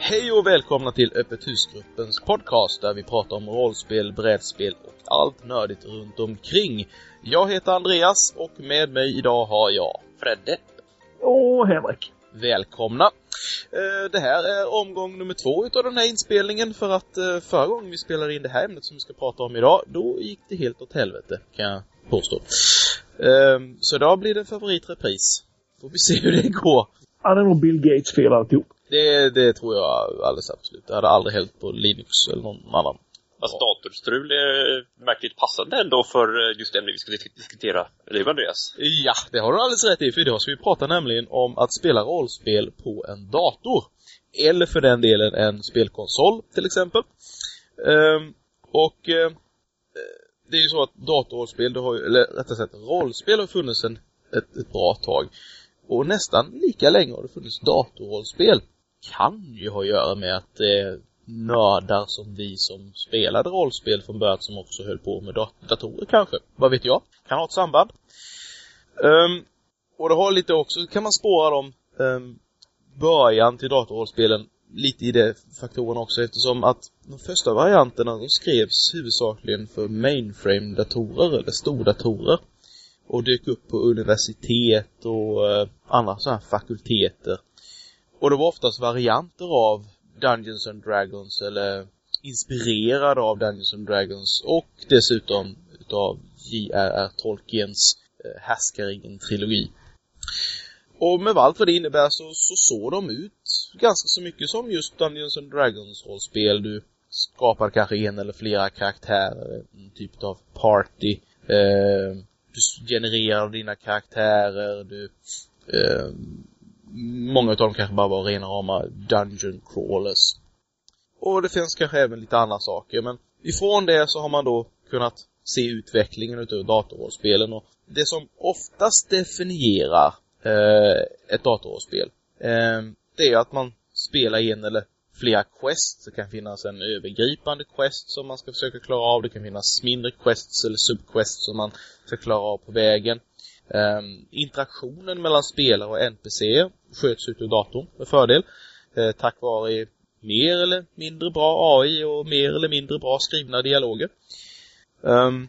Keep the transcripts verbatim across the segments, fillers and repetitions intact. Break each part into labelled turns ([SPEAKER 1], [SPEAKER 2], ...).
[SPEAKER 1] Hej och välkomna till Öppet husgruppens podcast där vi pratar om rollspel, brädspel och allt nördigt runt omkring. Jag heter Andreas och med mig idag har jag
[SPEAKER 2] Fredde
[SPEAKER 3] och Henrik.
[SPEAKER 1] Välkomna. Det här är omgång nummer två utav den här inspelningen, för att förra gången vi spelade in det här ämnet som vi ska prata om idag, då gick det helt åt helvete, kan jag påstå. Så idag blir det en favoritrepris. Får vi se hur det går.
[SPEAKER 3] Ja, det är nog Bill Gates fel alltihop.
[SPEAKER 1] Det, det tror jag alldeles absolut. Det hade aldrig hällt på Linux eller någon annan.
[SPEAKER 2] Fast ja. Datorstrul är märkligt passande ändå för just ämnet vi ska diskutera. Eller hur, Andreas?
[SPEAKER 1] Ja, det har du alldeles rätt i. För idag ska vi prata nämligen om att spela rollspel på en dator. Eller för den delen en spelkonsol till exempel. Ehm, och eh, det är ju så att datorrollspel, det har ju, eller rättare sagt rollspel har funnits en, ett, ett bra tag. Och nästan lika länge har det funnits datorrollspel. Kan ju ha att göra med att eh, nördar som vi som spelade rollspel från början som också höll på med dat- datorer kanske. Vad vet jag? Kan ha ett samband. Um, och det har lite också, kan man spåra dem um, början till datorrollspelen lite i det faktorerna också, eftersom att de första varianterna de skrevs huvudsakligen för mainframe-datorer eller stordatorer. Och dök upp på universitet och uh, andra sådana här fakulteter. Och det var oftast varianter av Dungeons and Dragons eller inspirerade av Dungeons and Dragons och dessutom utav J R R Tolkiens uh, Härskaringen-trilogi. Och med allt vad det innebär så, så såg de ut ganska så mycket som just Dungeons and Dragons rollspel. Du skapar kanske en eller flera karaktärer, en typ av party. Uh, Du genererar dina karaktärer. Du, eh, många av dem kanske bara var rena rama dungeon crawlers. Och det finns kanske även lite andra saker. Men ifrån det så har man då kunnat se utvecklingen utav datorrollspelen. Och det som oftast definierar eh, ett datorrollspel eh, det är att man spelar en eller flera quests. Det kan finnas en övergripande quest som man ska försöka klara av. Det kan finnas mindre quests eller subquests som man ska klara av på vägen. Um, interaktionen mellan spelare och N P C sköts ut ur datorn med fördel. Uh, tack vare mer eller mindre bra A I och mer eller mindre bra skrivna dialoger. Um,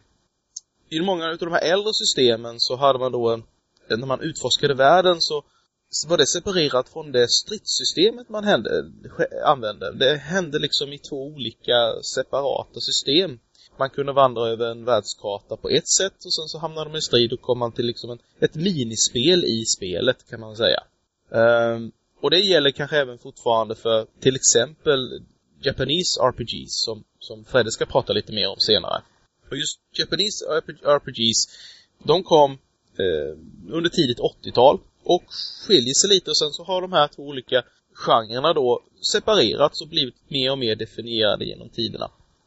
[SPEAKER 1] I många av de här äldre systemen så hade man då, när man utforskade världen så var det separerat från det stridssystemet man hände, använde. Det hände liksom i två olika separata system. Man kunde vandra över en världskarta på ett sätt och sen så hamnade man i strid och kom man till liksom en, ett minispel i spelet kan man säga. Um, och det gäller kanske även fortfarande för till exempel Japanese R P Gs som, som Fredde ska prata lite mer om senare. Och just Japanese R P Gs, de kom eh, under tidigt åttiotal. Och skiljer sig lite och sen så har de här två olika genrerna då separerats och blivit mer och mer definierade genom tiderna.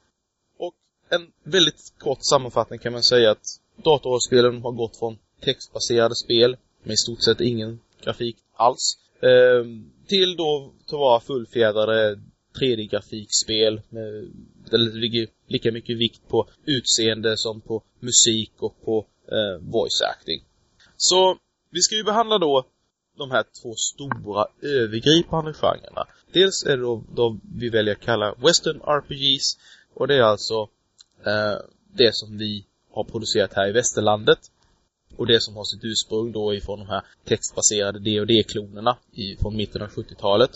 [SPEAKER 1] Och en väldigt kort sammanfattning kan man säga att datorrollspelen har gått från textbaserade spel med i stort sett ingen grafik alls eh, till då att vara fullfjädrade tre D-grafikspel med, där det ligger lika mycket vikt på utseende som på musik och på eh, voice acting. Så vi ska ju behandla då de här två stora övergripande genrerna. Dels är det då, då vi väljer att kalla Western R P Gs. Och det är alltså eh, det som vi har producerat här i västerlandet. Och det som har sitt ursprung då ifrån de här textbaserade D och D-klonerna i, från mitten av sjuttiotalet.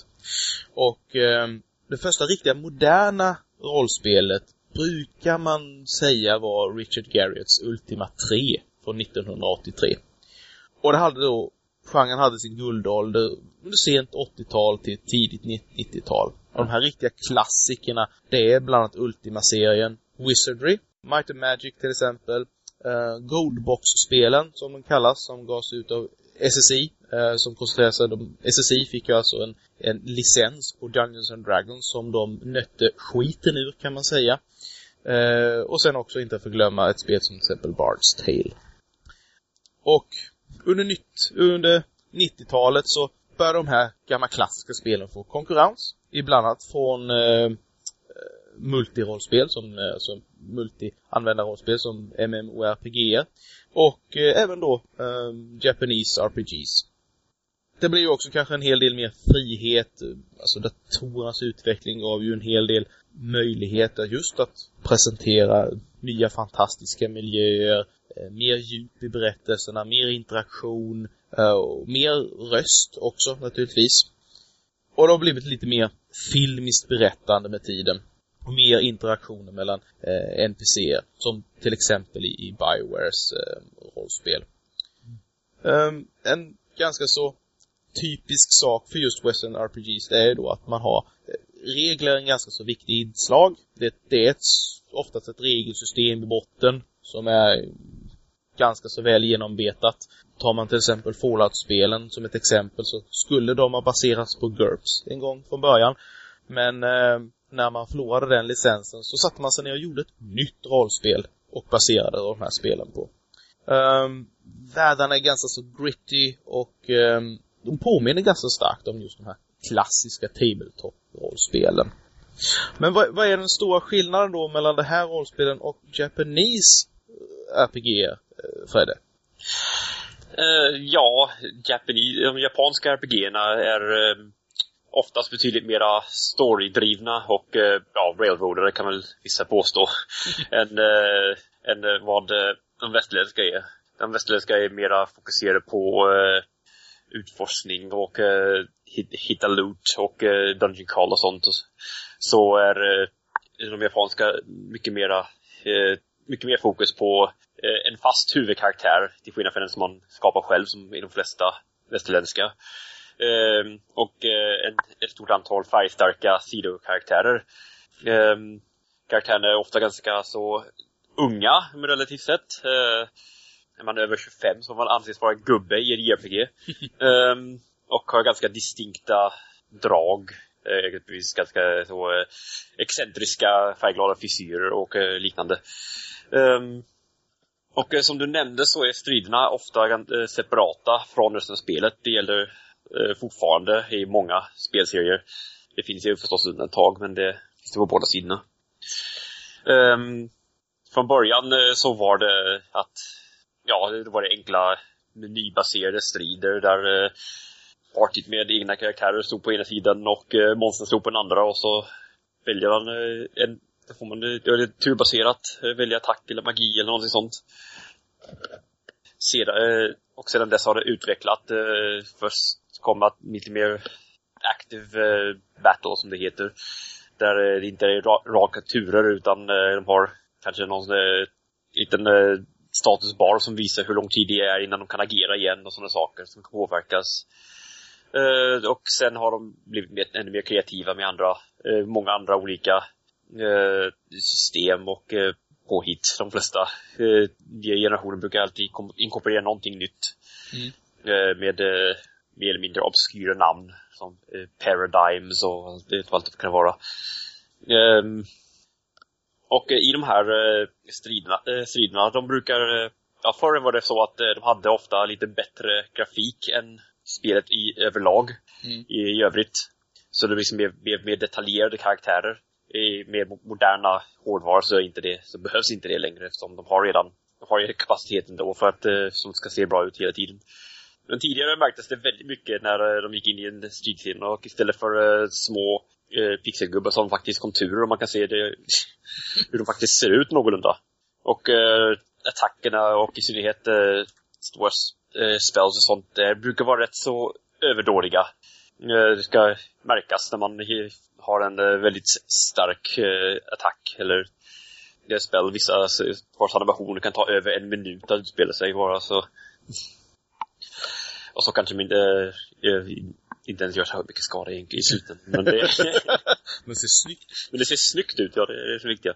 [SPEAKER 1] Och eh, det första riktiga moderna rollspelet brukar man säga var Richard Garriotts Ultima tre från nittonhundraåttiotre. Och det hade då, genren hade sin guldålder under sent åttiotal till tidigt nittiotal. Och de här riktiga klassikerna, det är bland annat Ultima-serien, Wizardry, Might and Magic till exempel, uh, Goldbox-spelen som de kallas, som gavs ut av S S I, uh, som koncentrerar sig, de, S S I fick alltså en, en licens på Dungeons and Dragons som de nötte skiten ur kan man säga. Uh, och sen också inte förglömma ett spel som till exempel Bard's Tale. Och Under, nytt, under nittiotalet så börjar de här gamla klassiska spelen få konkurrens. Ibland annat från eh, multirollspel, som, eh, alltså multi-användarrollspel som MMORPG. Och eh, även då eh, Japanese R P Gs. det blir ju också kanske en hel del mer frihet. Alltså datorernas utveckling gav ju en hel del möjligheter just att presentera nya fantastiska miljöer, mer djup i berättelserna, mer interaktion och mer röst också naturligtvis. Och det har blivit lite mer filmiskt berättande med tiden. Och mer interaktioner mellan eh, N P C, som till exempel i, i BioWares eh, rollspel. Um, en ganska så typisk sak för just Western R P Gs, det är då att man har eh, regler, en ganska så viktig inslag. Det, det är ett, oftast ett regelsystem i botten som är ganska så väl genombetat. Tar man till exempel Fallout-spelen som ett exempel, så skulle de ha baserats på GURPS en gång från början. Men eh, när man förlorade den licensen så satte man sig ner och gjorde ett nytt rollspel och baserade de här spelen på. Um, världarna är ganska så gritty och um, de påminner ganska starkt om just de här klassiska tabletop-rollspelen. Men vad, vad är den stora skillnaden då mellan det här rollspelen och Japanese R P G, Fredde?
[SPEAKER 2] Uh, ja, Japanese, de japanska R P G-erna är uh, oftast betydligt mera storydrivna och uh, ja, railroadare kan väl vissa påstå än, uh, än uh, vad uh, de västerländska är. De västerländska är mera fokuserade på uh, utforskning och uh, hitta loot och uh, dungeon call och sånt. Så är uh, de japanska mycket mera uh, mycket mer fokus på en fast huvudkaraktär till skillnad från den som man skapar själv som i de flesta västerländska. Ehm, och eh, en, ett stort antal färgstarka sidokaraktärer. Ehm, karaktärerna är ofta ganska så unga med relativt sett. Ehm, när man är över tjugofem så man anses vara gubbe i ett J R P G. ehm, och har ganska distinkta drag. Exempelvis ganska så eh, excentriska färgglada frisyrer och eh, liknande. Ehm, Och eh, som du nämnde så är striderna ofta eh, separata från resten av spelet. Det gäller eh, fortfarande i många spelserier. Det finns ju förstås undantag, men det finns det på båda sidorna. Um, från början eh, så var det att ja, det var det enkla menybaserade strider där eh, partyt med egna karaktärer stod på ena sidan och eh, monstren stod på den andra, och så väljer man eh, en Då får man det turbaserat, välja attack eller magi eller något sånt. Sedan, och sedan dess har det utvecklat. Först kom att lite mer active battle som det heter. Där det inte är raka turer utan de har kanske någon liten statusbar som visar hur lång tid det är innan de kan agera igen och sådana saker som kan påverkas. Och sen har de blivit ännu mer kreativa med andra, många andra olika system och eh, påhitt. De flesta eh, generationer brukar alltid inkorporera någonting nytt mm. eh, med eh, mer eller mindre obskyra namn som eh, Paradigms och allt det kan vara. Eh, och eh, i de här eh, striderna, eh, striderna de brukar eh, ja, förr var det så att eh, de hade ofta lite bättre grafik än spelet i överlag mm. i, i övrigt. Så det blir liksom mer, mer, mer detaljerade karaktärer. I mer moderna hårdvaror så, inte det, så behövs inte det längre, eftersom de har redan de har ju kapaciteten då för att eh, som ska se bra ut hela tiden. Men tidigare märktes det väldigt mycket när eh, de gick in i en stridscen, och istället för eh, små eh, pixelgubbar som faktiskt konturer och man kan se det, hur de faktiskt ser ut någorlunda. Och eh, attackerna och i synnerhet eh, stora eh, spells och sånt där brukar vara rätt så överdådiga. Eh, det ska märkas när man har en uh, väldigt stark uh, attack eller det spel. Vissa vars animationer kan ta över en minut att utspela sig bara så. Och så kanske min, uh, uh, inte ens gör så mycket skada i, i slutet. Men det,
[SPEAKER 1] men det ser snyggt.
[SPEAKER 2] Men det ser snyggt ut, ja, det är så viktigt.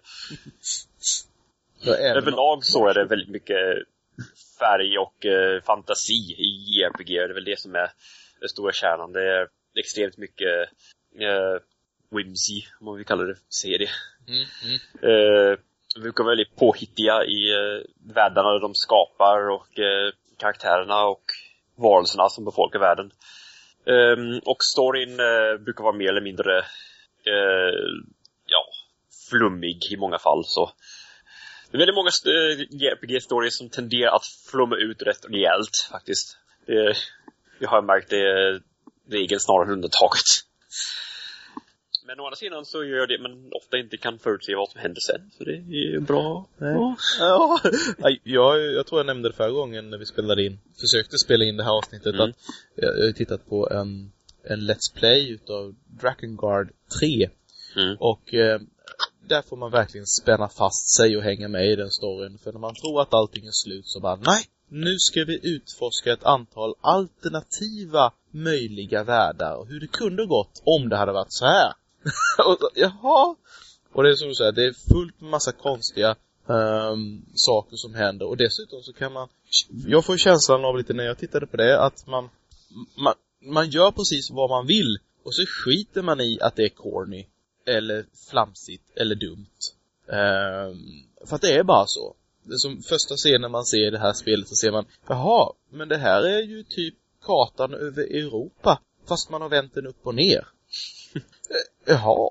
[SPEAKER 2] Överlag så är det väldigt mycket färg och uh, fantasi i J R P G. Det är väl det som är den stora kärnan. Det är extremt mycket uh, whimsy, om man vill kalla det serie. Mm, mm. Uh, de brukar vara väldigt påhittiga i uh, världarna de skapar och uh, karaktärerna och varelserna som befolkar världen. Um, och storyn uh, brukar vara mer eller mindre uh, ja, flummig i många fall. Så det är väldigt många uh, J R P G-stories som tenderar att flumma ut rätt rejält faktiskt. Uh, jag har märkt det är regeln snarare än undantaget. Men å andra sidan så gör jag det men ofta inte kan förutse vad som händer sen. Så det är ju bra.
[SPEAKER 1] Ja. Ja. Jag, jag tror jag nämnde det förra gången när vi spelade in, försökte spela in det här avsnittet, mm. att jag, jag har tittat på en, en Let's Play utav Drakengard tre. Mm. Och eh, där får man verkligen spänna fast sig och hänga med i den storyn. För när man tror att allting är slut så bara, nej, nu ska vi utforska ett antal alternativa möjliga världar och hur det kunde gått om det hade varit så här. och, jaha. Och det är som du säger, det är fullt med massa konstiga um, saker som händer. Och dessutom så kan man, jag får känslan av lite när jag tittade på det, att man, man, man gör precis vad man vill. Och så skiter man i att det är corny eller flamsigt eller dumt. Um, för att det är bara så. Det är som första scenen man ser det här spelet så ser man, jaha, men det här är ju typ kartan över Europa. Fast man har vänt den upp och ner. Jaha.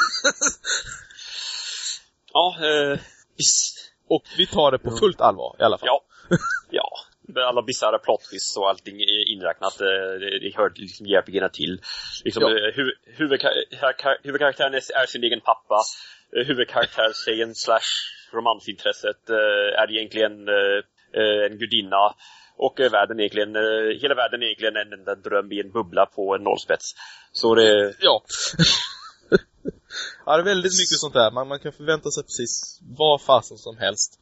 [SPEAKER 2] Ja, eh, visst.
[SPEAKER 1] Och vi tar det på fullt allvar i alla fall.
[SPEAKER 2] Ja, ja. Alla bizarra plot twists och allting är inräknat. Det, det hör liksom J R P G-erna till. Liksom, ja. hu, huvudkar, huvudkaraktären är sin egen pappa. Huvudkaraktärstjejen slash romansintresset är egentligen en gudinna. Och världen egentligen, hela världen är egentligen en enda dröm i en bubbla på en nollspets. Så det...
[SPEAKER 1] Ja. Ja, det är väldigt mycket sånt där. Man, man kan förvänta sig precis vad fasen som helst.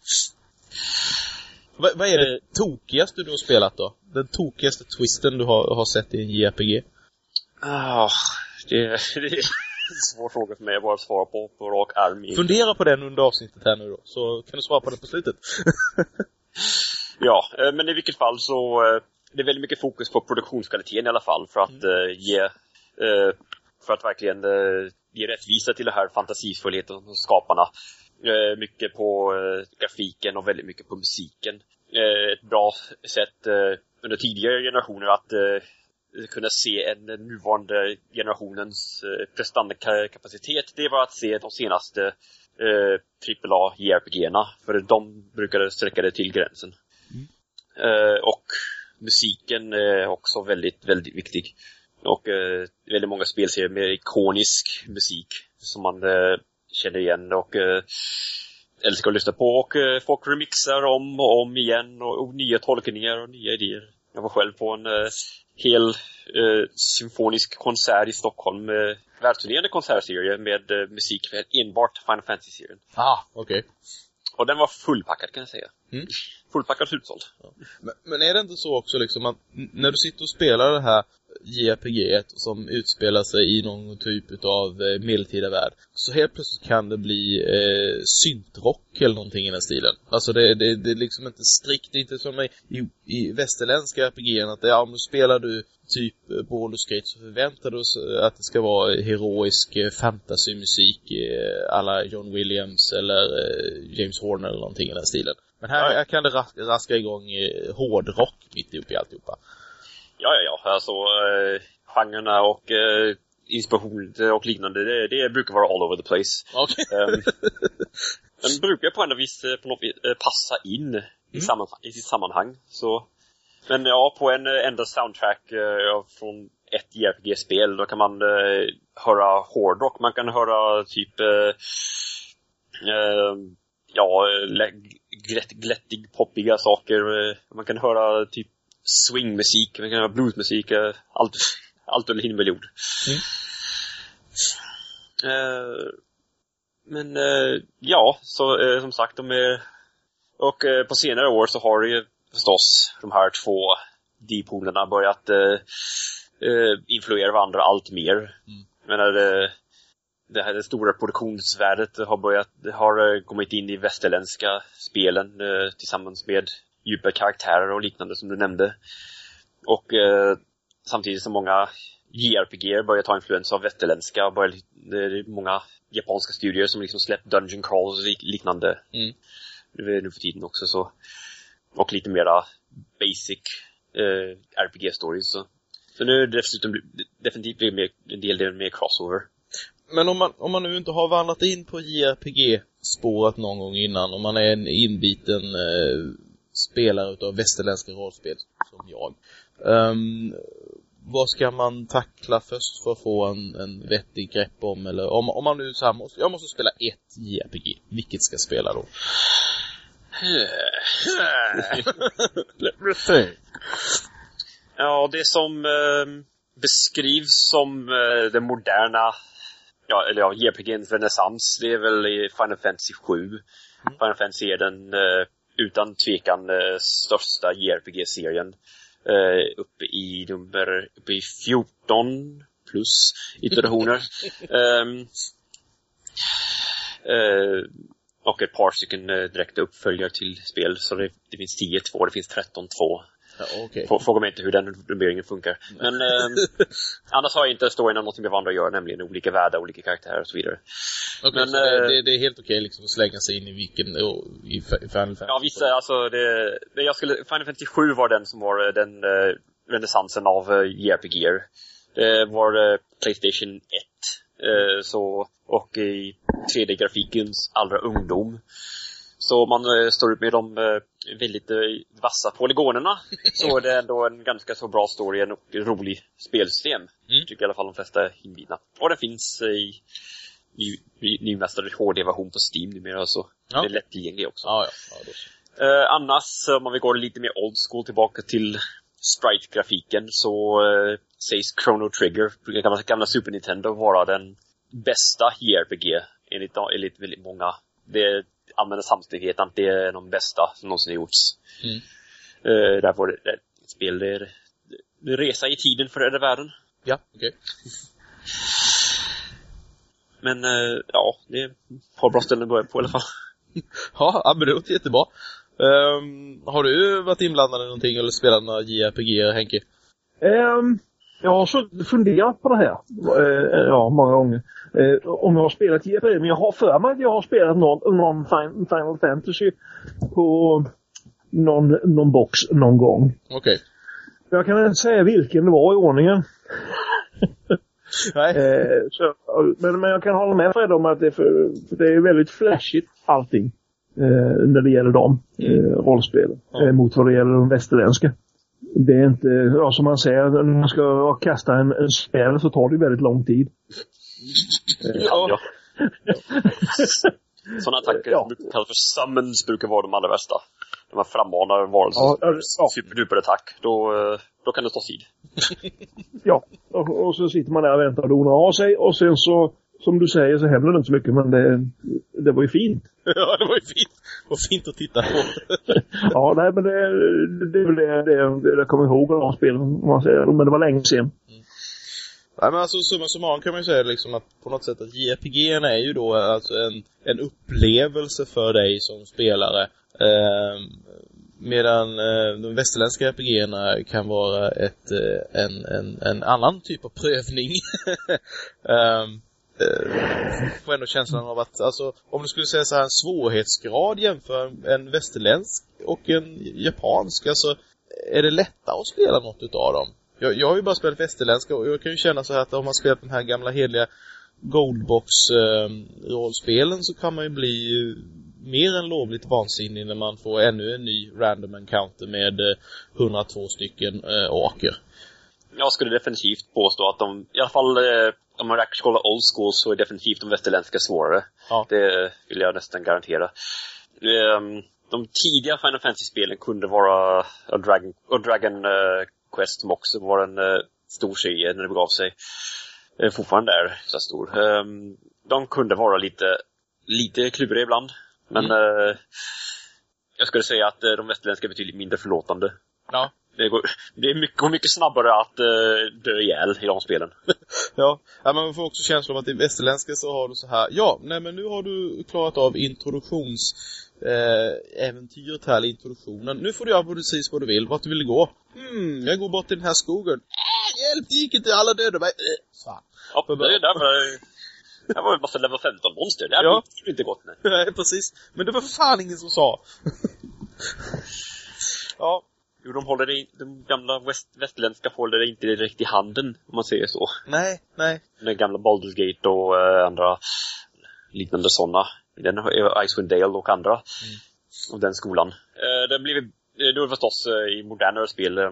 [SPEAKER 1] V- vad är det tokigaste du har spelat då? Den tokigaste twisten du har, har sett i en J R P G?
[SPEAKER 2] Ah, det, det är en svår fråga för mig att bara svara på på rak arm.
[SPEAKER 1] Fundera på den under avsnittet här nu då, så kan du svara på det på slutet.
[SPEAKER 2] Ja, men i vilket fall så det är väldigt mycket fokus på produktionskvaliteten i alla fall för att mm. ge för att verkligen ge rättvisa till det här fantasifullheten hos skaparna. Mycket på grafiken och väldigt mycket på musiken. Ett bra sätt under tidigare generationer att kunna se en nuvarande generationens prestandekapacitet. Det var att se de senaste trippel A J R P G-erna, för de brukade sträcka det till gränsen. Mm. Och musiken är också väldigt, väldigt viktig. Och väldigt många spelserier med ikonisk musik som man känner igen och älskar att lyssna på. Och folk remixar om och om igen och, och nya tolkningar och nya idéer. Jag var själv på en hel eh, symfonisk konsert i Stockholm med världsturnerande konsertserie med eh, musik för enbart Final Fantasy-serien.
[SPEAKER 1] Ah, okej. Okay.
[SPEAKER 2] Och den var fullpackad kan jag säga. Mm. Fullpackad utsåld.
[SPEAKER 1] Ja. Men, men är det inte så också liksom att när du sitter och spelar det här J R P G som utspelar sig i någon typ av eh, medeltida värld, så helt plötsligt kan det bli eh, syntrock eller någonting i den stilen. Alltså det, det, det är liksom inte strikt, inte som i, i västerländska R P G att ja, om du spelar du typ Baldur's Gate så förväntar du dig att det ska vara heroisk fantasymusik eh, alla John Williams eller eh, James Horner eller någonting i den stilen. Men här, här kan det ras- raska igång eh, hårdrock mitt uppe i alltihopa.
[SPEAKER 2] Ja, ja, ja. Alltså, eh, genrerna och eh, inspiration och liknande, det, det brukar vara all over the place.
[SPEAKER 1] Okay.
[SPEAKER 2] um, den brukar på något vis, på något vis passa in mm. i, sammanhang, i sitt sammanhang. Så. Men ja, på en enda soundtrack eh, från ett J R P G-spel, då kan man eh, höra hårdrock. Man kan höra typ... Eh, eh, ja, glätt, glättig, poppiga saker. Man kan höra typ swingmusik, man kan höra bluesmusik, allt, allt under himmel och jord. Mm. Uh, men uh, ja, så uh, som sagt, de är, och uh, på senare år så har det ju förstås de här två D-polerna börjat uh, uh, influera varandra allt mer. Mm. Men uh, det här det stora produktionsvärdet har börjat har kommit in i västerländska spelen uh, tillsammans med djupa karaktärer och liknande som du nämnde. Och eh, samtidigt som många J R P G börjar ta influens av västerländska, börjar, det är många japanska studier som liksom släppt dungeon crawls och liknande mm. nu för tiden också. Så. Och lite mera basic eh, R P G-stories. Så. så nu är det dessutom definitivt blir mer, en del del mer crossover.
[SPEAKER 1] Men om man, om man nu inte har vandrat in på J R P G-spåret någon gång innan, om man är en inbiten eh, spelare utav västerländska rollspel som jag, Um, vad ska man tackla först för att få en, en vettig grepp om? Eller om, om man nu så här måste, jag måste spela ett J R P G. Vilket ska jag spela då?
[SPEAKER 2] Ja, det som eh, beskrivs som eh, den moderna, ja, eller ja, J R P G:ns renässans, det är väl i Final Fantasy sju. Mm. Final Fantasy är den eh, utan tvekan eh, största J R P G-serien. Uh, uppe i nummer uppe i fjorton plus iterationer. um, uh, och ett par stycken uh, direkta uppföljare till spel. Så det, det finns tio två, det finns tretton två.
[SPEAKER 1] Ja, okay.
[SPEAKER 2] Fråga mig inte hur den numreringen funkar. Men um, annars har jag inte storyn om något med varandra att göra, nämligen olika världar, olika karaktärer och så vidare.
[SPEAKER 1] Okay,
[SPEAKER 2] men
[SPEAKER 1] så det, det, det är helt okej okay, liksom att slänga sig in i vilken i, i Final Fantasy.
[SPEAKER 2] Ja, vissa, alltså det, det jag skulle Final Fantasy sju var den som var den uh, renässansen av uh, J R P G. Det var uh, PlayStation ett uh, så och i tre D-grafikens allra ungdom. Så om man uh, står upp med de uh, väldigt uh, vassa polygonerna så är det ändå en ganska så bra story och rolig spelsystem. Mm. Tycker i alla fall de flesta inbjudna. Och det finns uh, i nymästare H D-version på Steam numera, så ja. Det är lättillgänglig också.
[SPEAKER 1] Ja, ja. Ja, då.
[SPEAKER 2] Uh, annars, om vi går lite mer old school tillbaka till sprite-grafiken, så uh, sägs Chrono Trigger, gamla, gamla Super Nintendo, vara den bästa J R P G enligt, enligt väldigt många. Det använder samstämmighet att det är de bästa som någonsin har gjorts. Mm. Uh, där var det, det ett spel, det är, det är resa i tiden för den världen.
[SPEAKER 1] Ja, okej. Okay.
[SPEAKER 2] Men uh, ja, det är ett par bra ställen att börja på i alla fall.
[SPEAKER 1] Ja, men det låter jättebra. Um, har du varit inblandad i någonting eller spelat några J R P G, Henke?
[SPEAKER 3] Um, jag har funderat på det här. Uh, ja, många gånger. Uh, om jag har spelat J R P G, men jag har för mig att jag har spelat någon, någon Final Fantasy på någon, någon box någon gång.
[SPEAKER 1] Okej. Okay.
[SPEAKER 3] Jag kan inte säga vilken det var i ordningen.
[SPEAKER 1] Nej.
[SPEAKER 3] Eh, så, men, men jag kan hålla med Fred om att det, för, för det är väldigt flashigt allting eh, när det gäller de eh, rollspelen ja. eh, mot vad det gäller de västerländska. Det är inte, ja, som man säger, när man ska kasta en, en spel så tar det väldigt lång tid.
[SPEAKER 2] Eh, ja. ja. Sådana attacker ja. som kallas för summons brukar vara de allra värsta. När man frammanar varelser ja, ja. superduper attack, då, då kan det ta tid.
[SPEAKER 3] Ja, och, och så sitter man där och väntar och donar av sig. Och sen så, som du säger, så händer det inte så mycket. Men det, det var ju fint.
[SPEAKER 1] Ja, det var ju fint. Det var fint att titta på.
[SPEAKER 3] Ja, nej, men det, det är väl det, det, det jag kommer ihåg av de spelen, om man säger. Men det var länge sedan.
[SPEAKER 1] Mm. Nej, men alltså summa summarum kan man ju säga liksom att på något sätt att J R P G är ju då alltså en, en upplevelse för dig som spelare. Eh, medan eh, de västerländska R P G-erna kan vara ett, eh, en, en, en annan typ av prövning. eh, eh, får ändå känslan av att alltså, om du skulle säga så här en svårighetsgrad jämför en västerländsk och en japansk, alltså är det lättare att spela något utav dem? Jag, jag har ju bara spelat västerländska och jag kan ju känna så här att om man spelat de här gamla hedliga Goldbox-rollspelen eh, så kan man ju bli eh, mer än lovligt vansinnig när man får ännu en ny random encounter med eh, hundratvå stycken eh, åker.
[SPEAKER 2] Jag skulle definitivt påstå att de, i alla fall eh, om man räcker kolla old school, så är definitivt de västerländska svårare. Ja. Det vill jag nästan garantera. Eh, de tidiga Final Fantasy-spelen kunde vara A Dragon, A Dragon eh, Quest, som också var en eh, stor serie när det begav sig. Eh, fortfarande är så stor. Eh, de kunde vara lite, lite kluriga ibland. Men mm. eh, jag skulle säga att eh, de västerländska är betydligt mindre förlåtande.
[SPEAKER 1] Ja.
[SPEAKER 2] Det går, det är mycket, mycket snabbare att eh, dö ihjäl i de spelen.
[SPEAKER 1] Ja, ja, men man får också känslan av att i västerländska så har du så här. Ja, nej men nu har du klarat av introduktions eh, äventyret här, introduktionen. Nu får du göra precis vad du vill, vart du vill gå. Hmm, jag går bort till den här skogen. Äh, hjälp, det gick inte, alla döda mig. Äh, fan.
[SPEAKER 2] Ja, det är därför det var ju bara level femton monster. Det hade ja. inte gått, nej.
[SPEAKER 1] Nej, precis. Men det var fan ingen som sa. Ja.
[SPEAKER 2] Jo, de håller det, de gamla väst, västerländska håller det inte direkt i handen, om man säger så.
[SPEAKER 1] Nej, nej.
[SPEAKER 2] Den gamla Baldur's Gate och äh, andra liknande sådana. Den har Icewind Dale och andra. Mm. Och den skolan. Äh, det blir då förstås äh, i modernare spel äh,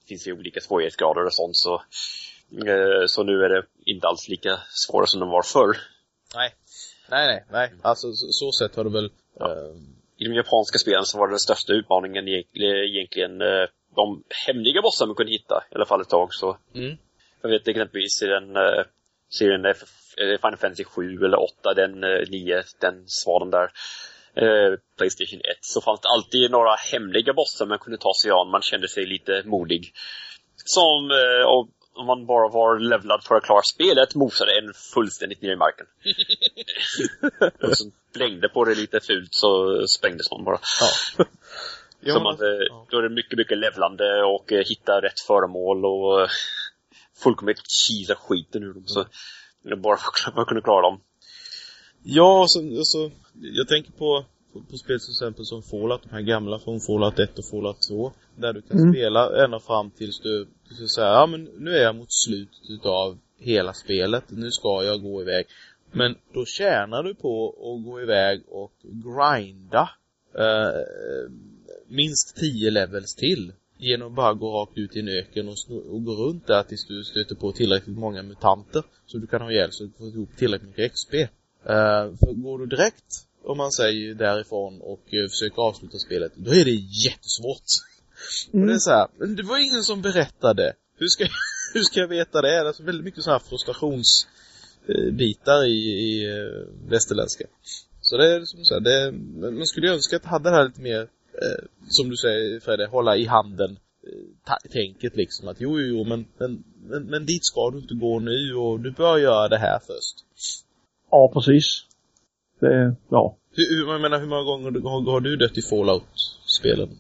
[SPEAKER 2] finns ju olika svårighetsgrader och sånt, så, eh, så nu är det inte alls lika svåra som de var förr.
[SPEAKER 1] Nej, nej, nej, nej. Alltså så, så sätt har det väl...
[SPEAKER 2] Ja.
[SPEAKER 1] Eh...
[SPEAKER 2] I de japanska spelen så var det den största utmaningen egentligen eh, de hemliga bossar man kunde hitta, i alla fall ett tag. Så.
[SPEAKER 1] Mm.
[SPEAKER 2] Jag vet exempelvis i den eh, serien F- Final Fantasy sju eller åtta, den eh, nio, den svaden där, eh, PlayStation ett, så fanns det alltid några hemliga bossar man kunde ta sig an. Man kände sig lite modig. Som eh, och, om man bara var levlad för att klara spelet, mosade en fullständigt ner i marken. Och så blängde på det lite fult, så sprängdes man bara.
[SPEAKER 1] Ja. Ja,
[SPEAKER 2] så man, eh,
[SPEAKER 1] ja.
[SPEAKER 2] då är det mycket, mycket levlande och eh, hitta rätt föremål och eh, fullkomligt kisa skiten ur dem. Så det bara för att man kunde klara dem.
[SPEAKER 1] Ja, så, så, jag tänker på, på, på spel till exempel som Fallout, de här gamla från Fallout ett och Fallout två, där du kan mm. spela ända fram tills du, du säger, ja men nu är jag mot slutet av hela spelet, nu ska jag gå iväg. Men då tjänar du på att gå iväg och grinda eh, minst tio levels till, genom att bara gå rakt ut i en öken och, och gå runt där tills du stöter på tillräckligt många mutanter så du kan ha ihjäl, så du får ihop tillräckligt mycket X P. Uh, för går du direkt, om man säger därifrån, och uh, försöker avsluta spelet, då är det jättesvårt. Mm. Och det är så här, men det var ingen som berättade. Hur ska, hur ska jag veta det? Det är alltså väldigt mycket så här frustrationsbitar uh, i, i uh, västerländska. Så det är som så här, det, man skulle önska att hade det här lite mer, uh, som du säger Fredde, hålla i handen uh, ta- tänket liksom, att jo, jo, jo men, men, men, men dit ska du inte gå nu, och du bör göra det här först.
[SPEAKER 3] Ja, precis. Det, ja.
[SPEAKER 1] Hur, jag menar, hur många gånger har, har du dött i Fallout-spelen?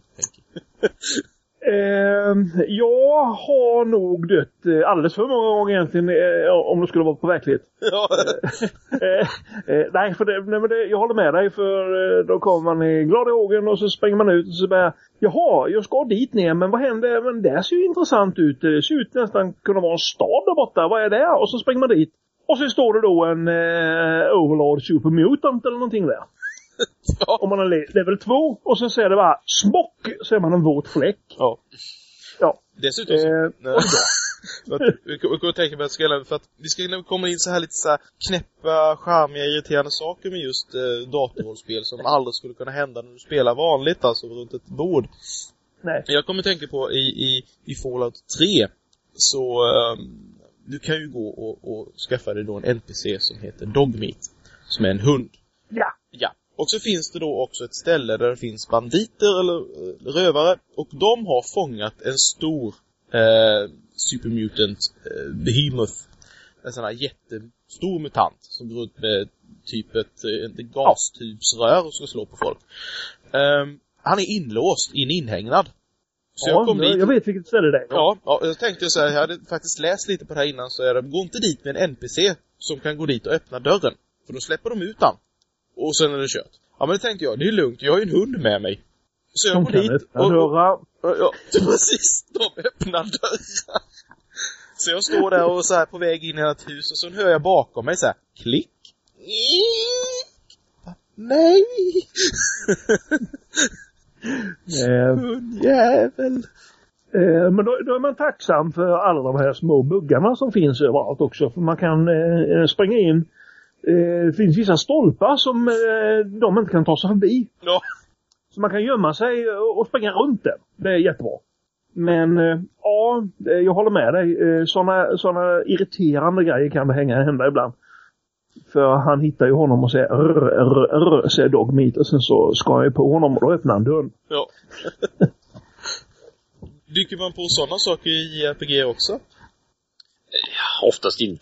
[SPEAKER 3] eh, jag har nog dött alldeles för många gånger egentligen, eh, om det skulle vara på verklighet. Ja. eh, eh, nej, för det, nej, men det, jag håller med dig, för eh, då kommer man i glad i hågen och så springer man ut och så bara, jaha, jag ska dit ner, men vad händer? Men det ser ju intressant ut. Det ser ut nästan kunna vara en stad där borta. Vad är det? Och så springer man dit. Och så står det då en eh, Overlord Super Mutant eller någonting där. Ja. Om man har le- level två. Och så ser det bara smock, så är man en våt fläck.
[SPEAKER 1] Ja.
[SPEAKER 3] Ja.
[SPEAKER 1] Dessutom så... Eh, vi kan tänka på att skala, för att vi ska komma in så här lite så här knäppa, charmiga, irriterande saker med just eh, datorrollspel som aldrig skulle kunna hända när du spelar vanligt, alltså runt ett bord.
[SPEAKER 3] Nej.
[SPEAKER 1] Jag kommer tänka på i, i, i Fallout tre, så... Um, du kan ju gå och, och skaffa dig då en N P C som heter Dogmeat, som är en hund.
[SPEAKER 3] Ja.
[SPEAKER 1] Ja. Och så finns det då också ett ställe där det finns banditer eller uh, rövare, och de har fångat en stor uh, supermutant uh, behemoth. En sån här jättestor mutant som går ut med typ ett, ett gastubsrör och ska slå på folk. Um, han är inlåst i en inhägnad. Så
[SPEAKER 3] ja, jag, kom dit. Jag vet vilket ställe det är.
[SPEAKER 1] Ja, ja, jag tänkte så här, jag hade faktiskt läst lite på det här innan, så är det, gå inte dit med en N P C som kan gå dit och öppna dörren. För då släpper de ut han. Och sen är det kört. Ja, men det tänkte jag, det är lugnt, jag har ju en hund med mig. Så jag går dit och, och, och, och ja, precis, de öppnar dörren. Så jag står där och så här på väg in i ett hus, och så hör jag bakom mig så här, klick. Nej. Hundjävel.
[SPEAKER 3] Eh, men då, då är man tacksam för alla de här små buggarna som finns överallt också. För man kan eh, springa in. Eh, det finns vissa stolpar som eh, de inte kan ta sig förbi.
[SPEAKER 1] Ja.
[SPEAKER 3] Så man kan gömma sig och springa runt den. Det är jättebra. Men eh, ja, jag håller med dig. Eh, såna, såna irriterande grejer kan det hänga hända ibland. För han hittar ju honom och säger rr, rr, rr, säger Dogmeat, och sen så ska han ju på honom och då öppnar han dörren.
[SPEAKER 1] Ja. Dyker man på sådana saker i R P G också?
[SPEAKER 2] Ja, oftast inte.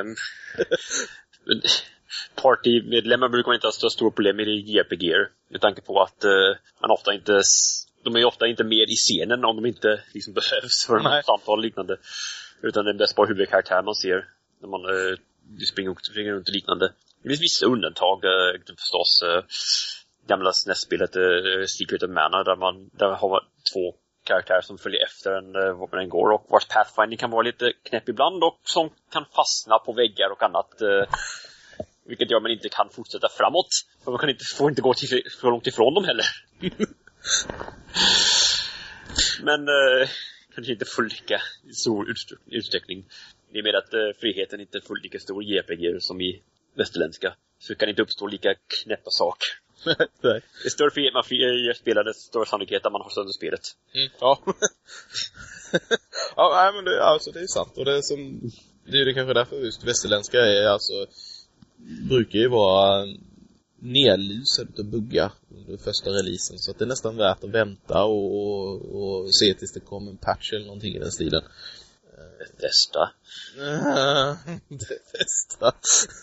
[SPEAKER 2] Partymedlemmar brukar man inte ha så stora problem med i J R P G, med tanke på att uh, man ofta inte de är ofta inte med i scenen om de inte liksom behövs för något samtal och liknande. Utan det är bäst bara huvudkaraktär man ser när man uh, springer, springer runt och liknande. Det finns vissa undantag, uh, förstås uh, gamla S N E S-spelet uh, Secret of Mana, där man där har man två karaktärer som följer efter en uh, var man än går, och vars pathfinding kan vara lite knäpp ibland och som kan fastna på väggar och annat, uh, vilket gör att man inte kan fortsätta framåt, för man kan inte, får inte gå till, för långt ifrån dem heller. Men uh, kanske inte fullt lika stor utsträckning. Det är med att uh, friheten inte är fullt lika stor i J P G som i västerländska. Så kan det inte uppstå lika knäppa sak.
[SPEAKER 1] Nej.
[SPEAKER 2] Det är större frihet man gör spelare, större sannolikhet att man har sönder spelet.
[SPEAKER 1] Mm, ja. Ja, nej, men det, alltså, det är sant. Och det är, som, det är det kanske därför just västerländska är, alltså, brukar ju vara nedlusad och bugga under första releasen. Så att det är nästan värt att vänta och, och, och se tills det kommer en patch eller någonting i den stilen.
[SPEAKER 2] Testa.
[SPEAKER 1] Testa.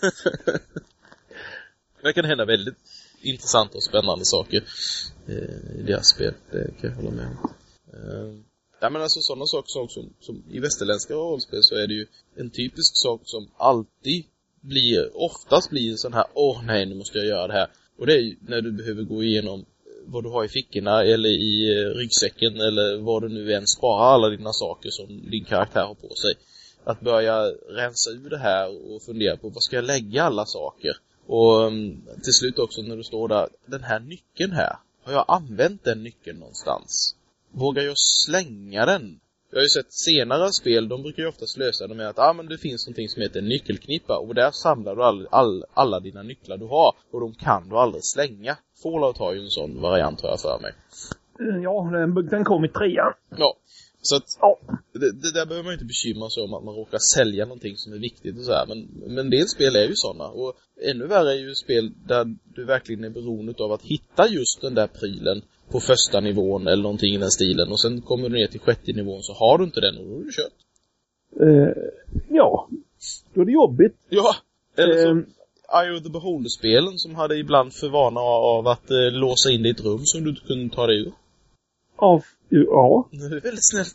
[SPEAKER 1] Det kan hända väldigt intressanta och spännande saker eh, i deras spel. Det kan jag hålla med om. Eh, ja, men alltså sådana saker som, som, som i västerländska rollspel så är det ju en typisk sak som alltid blir, oftast blir en sån här, åh nej, nu måste jag göra det här. Och det är ju när du behöver gå igenom vad du har i fickorna eller i eh, ryggsäcken eller vad du nu än sparar alla dina saker som din karaktär har på sig. Att börja rensa ur det här och fundera på vad ska jag lägga alla saker. Och um, till slut också när du står där, den här nyckeln här, har jag använt den nyckeln någonstans? Vågar jag slänga den? Jag har ju sett senare spel, de brukar ju oftast lösa det med att ah, men det finns någonting som heter nyckelknippa och där samlar du all, all, alla dina nycklar du har och de kan du aldrig slänga. Fallout har ju en sån variant, har jag för mig.
[SPEAKER 3] Ja, den, den kom i trean.
[SPEAKER 1] Ja, så att
[SPEAKER 3] ja.
[SPEAKER 1] det, det där behöver man inte bekymra sig om att man råkar sälja någonting som är viktigt och så här. Men, men en del spel är ju sådana. Och ännu värre är ju spel där du verkligen är beroende av att hitta just den där prylen på första nivån eller någonting i den stilen. Och sen kommer du ner till sjätte nivån så har du inte den och då har du kört.
[SPEAKER 3] Uh, ja, då är det jobbigt.
[SPEAKER 1] Ja, eller så
[SPEAKER 3] uh,
[SPEAKER 1] Eye of the Beholder-spelen som hade ibland för vana av att uh, låsa in dig i ett rum som du inte kunde ta dig ur.
[SPEAKER 3] Av, ja.
[SPEAKER 1] Det är väldigt snällt.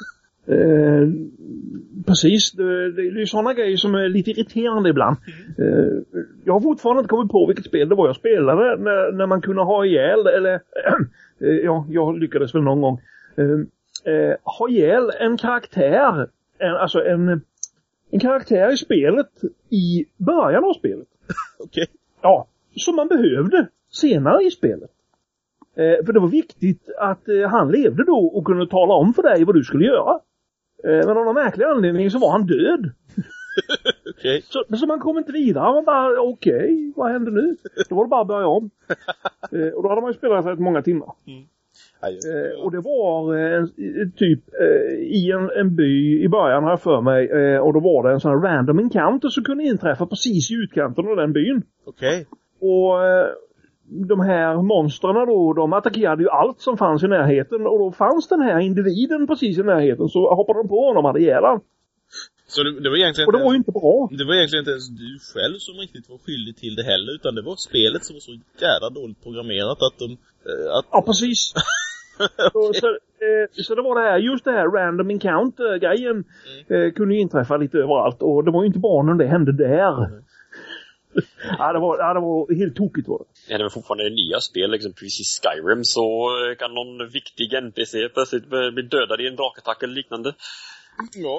[SPEAKER 3] Eh, precis, det, det är ju sådana grejer som är lite irriterande ibland. Mm. Eh, jag har fortfarande inte kommit på vilket spel det var jag spelade när, när man kunde ha ihjäl, eller eh, ja, jag lyckades väl någon gång eh, eh, ha ihjäl en karaktär, en, alltså en, en karaktär i spelet i början av spelet.
[SPEAKER 1] Okej. Okay.
[SPEAKER 3] Ja, som man behövde senare i spelet. Eh, för det var viktigt att eh, han levde då och kunde tala om för dig vad du skulle göra. Eh, men av någon märklig anledning så var han död.
[SPEAKER 1] Okay.
[SPEAKER 3] Så, så man kom inte vidare. Man bara, okej, okay, vad händer nu? Då var det bara att börja om. Eh, och då hade man ju spelat rätt många timmar. Mm. Eh, och det var eh, typ eh, i en, en by i början här för mig. Eh, och då var det en sån här random encounter som kunde inträffa precis i utkanten av den byn.
[SPEAKER 1] Okej. Okay.
[SPEAKER 3] Och eh, de här monsterna då, de attackerade ju allt som fanns i närheten. Och då fanns den här individen precis i närheten. Så hoppade de på honom och hade ihjäl han.
[SPEAKER 1] Så det, det var egentligen
[SPEAKER 3] och det var ju inte bra.
[SPEAKER 1] Det var egentligen inte ens du själv som riktigt var skyldig till det heller. Utan det var spelet som var så jävla dåligt programmerat att de... Äh, att...
[SPEAKER 3] Ja, precis. Okay. så, så, eh, så det var det här, just det här random encounter-grejen mm. eh, kunde ju inträffa lite överallt. Och det var ju inte bara när det hände där. Mm. ja, det var, ja, det var helt tokigt var det.
[SPEAKER 2] Ja, det var fortfarande nya spel, liksom precis Skyrim, så kan någon viktig N P C plötsligt bli dödad i en drakattack eller liknande.
[SPEAKER 1] Ja.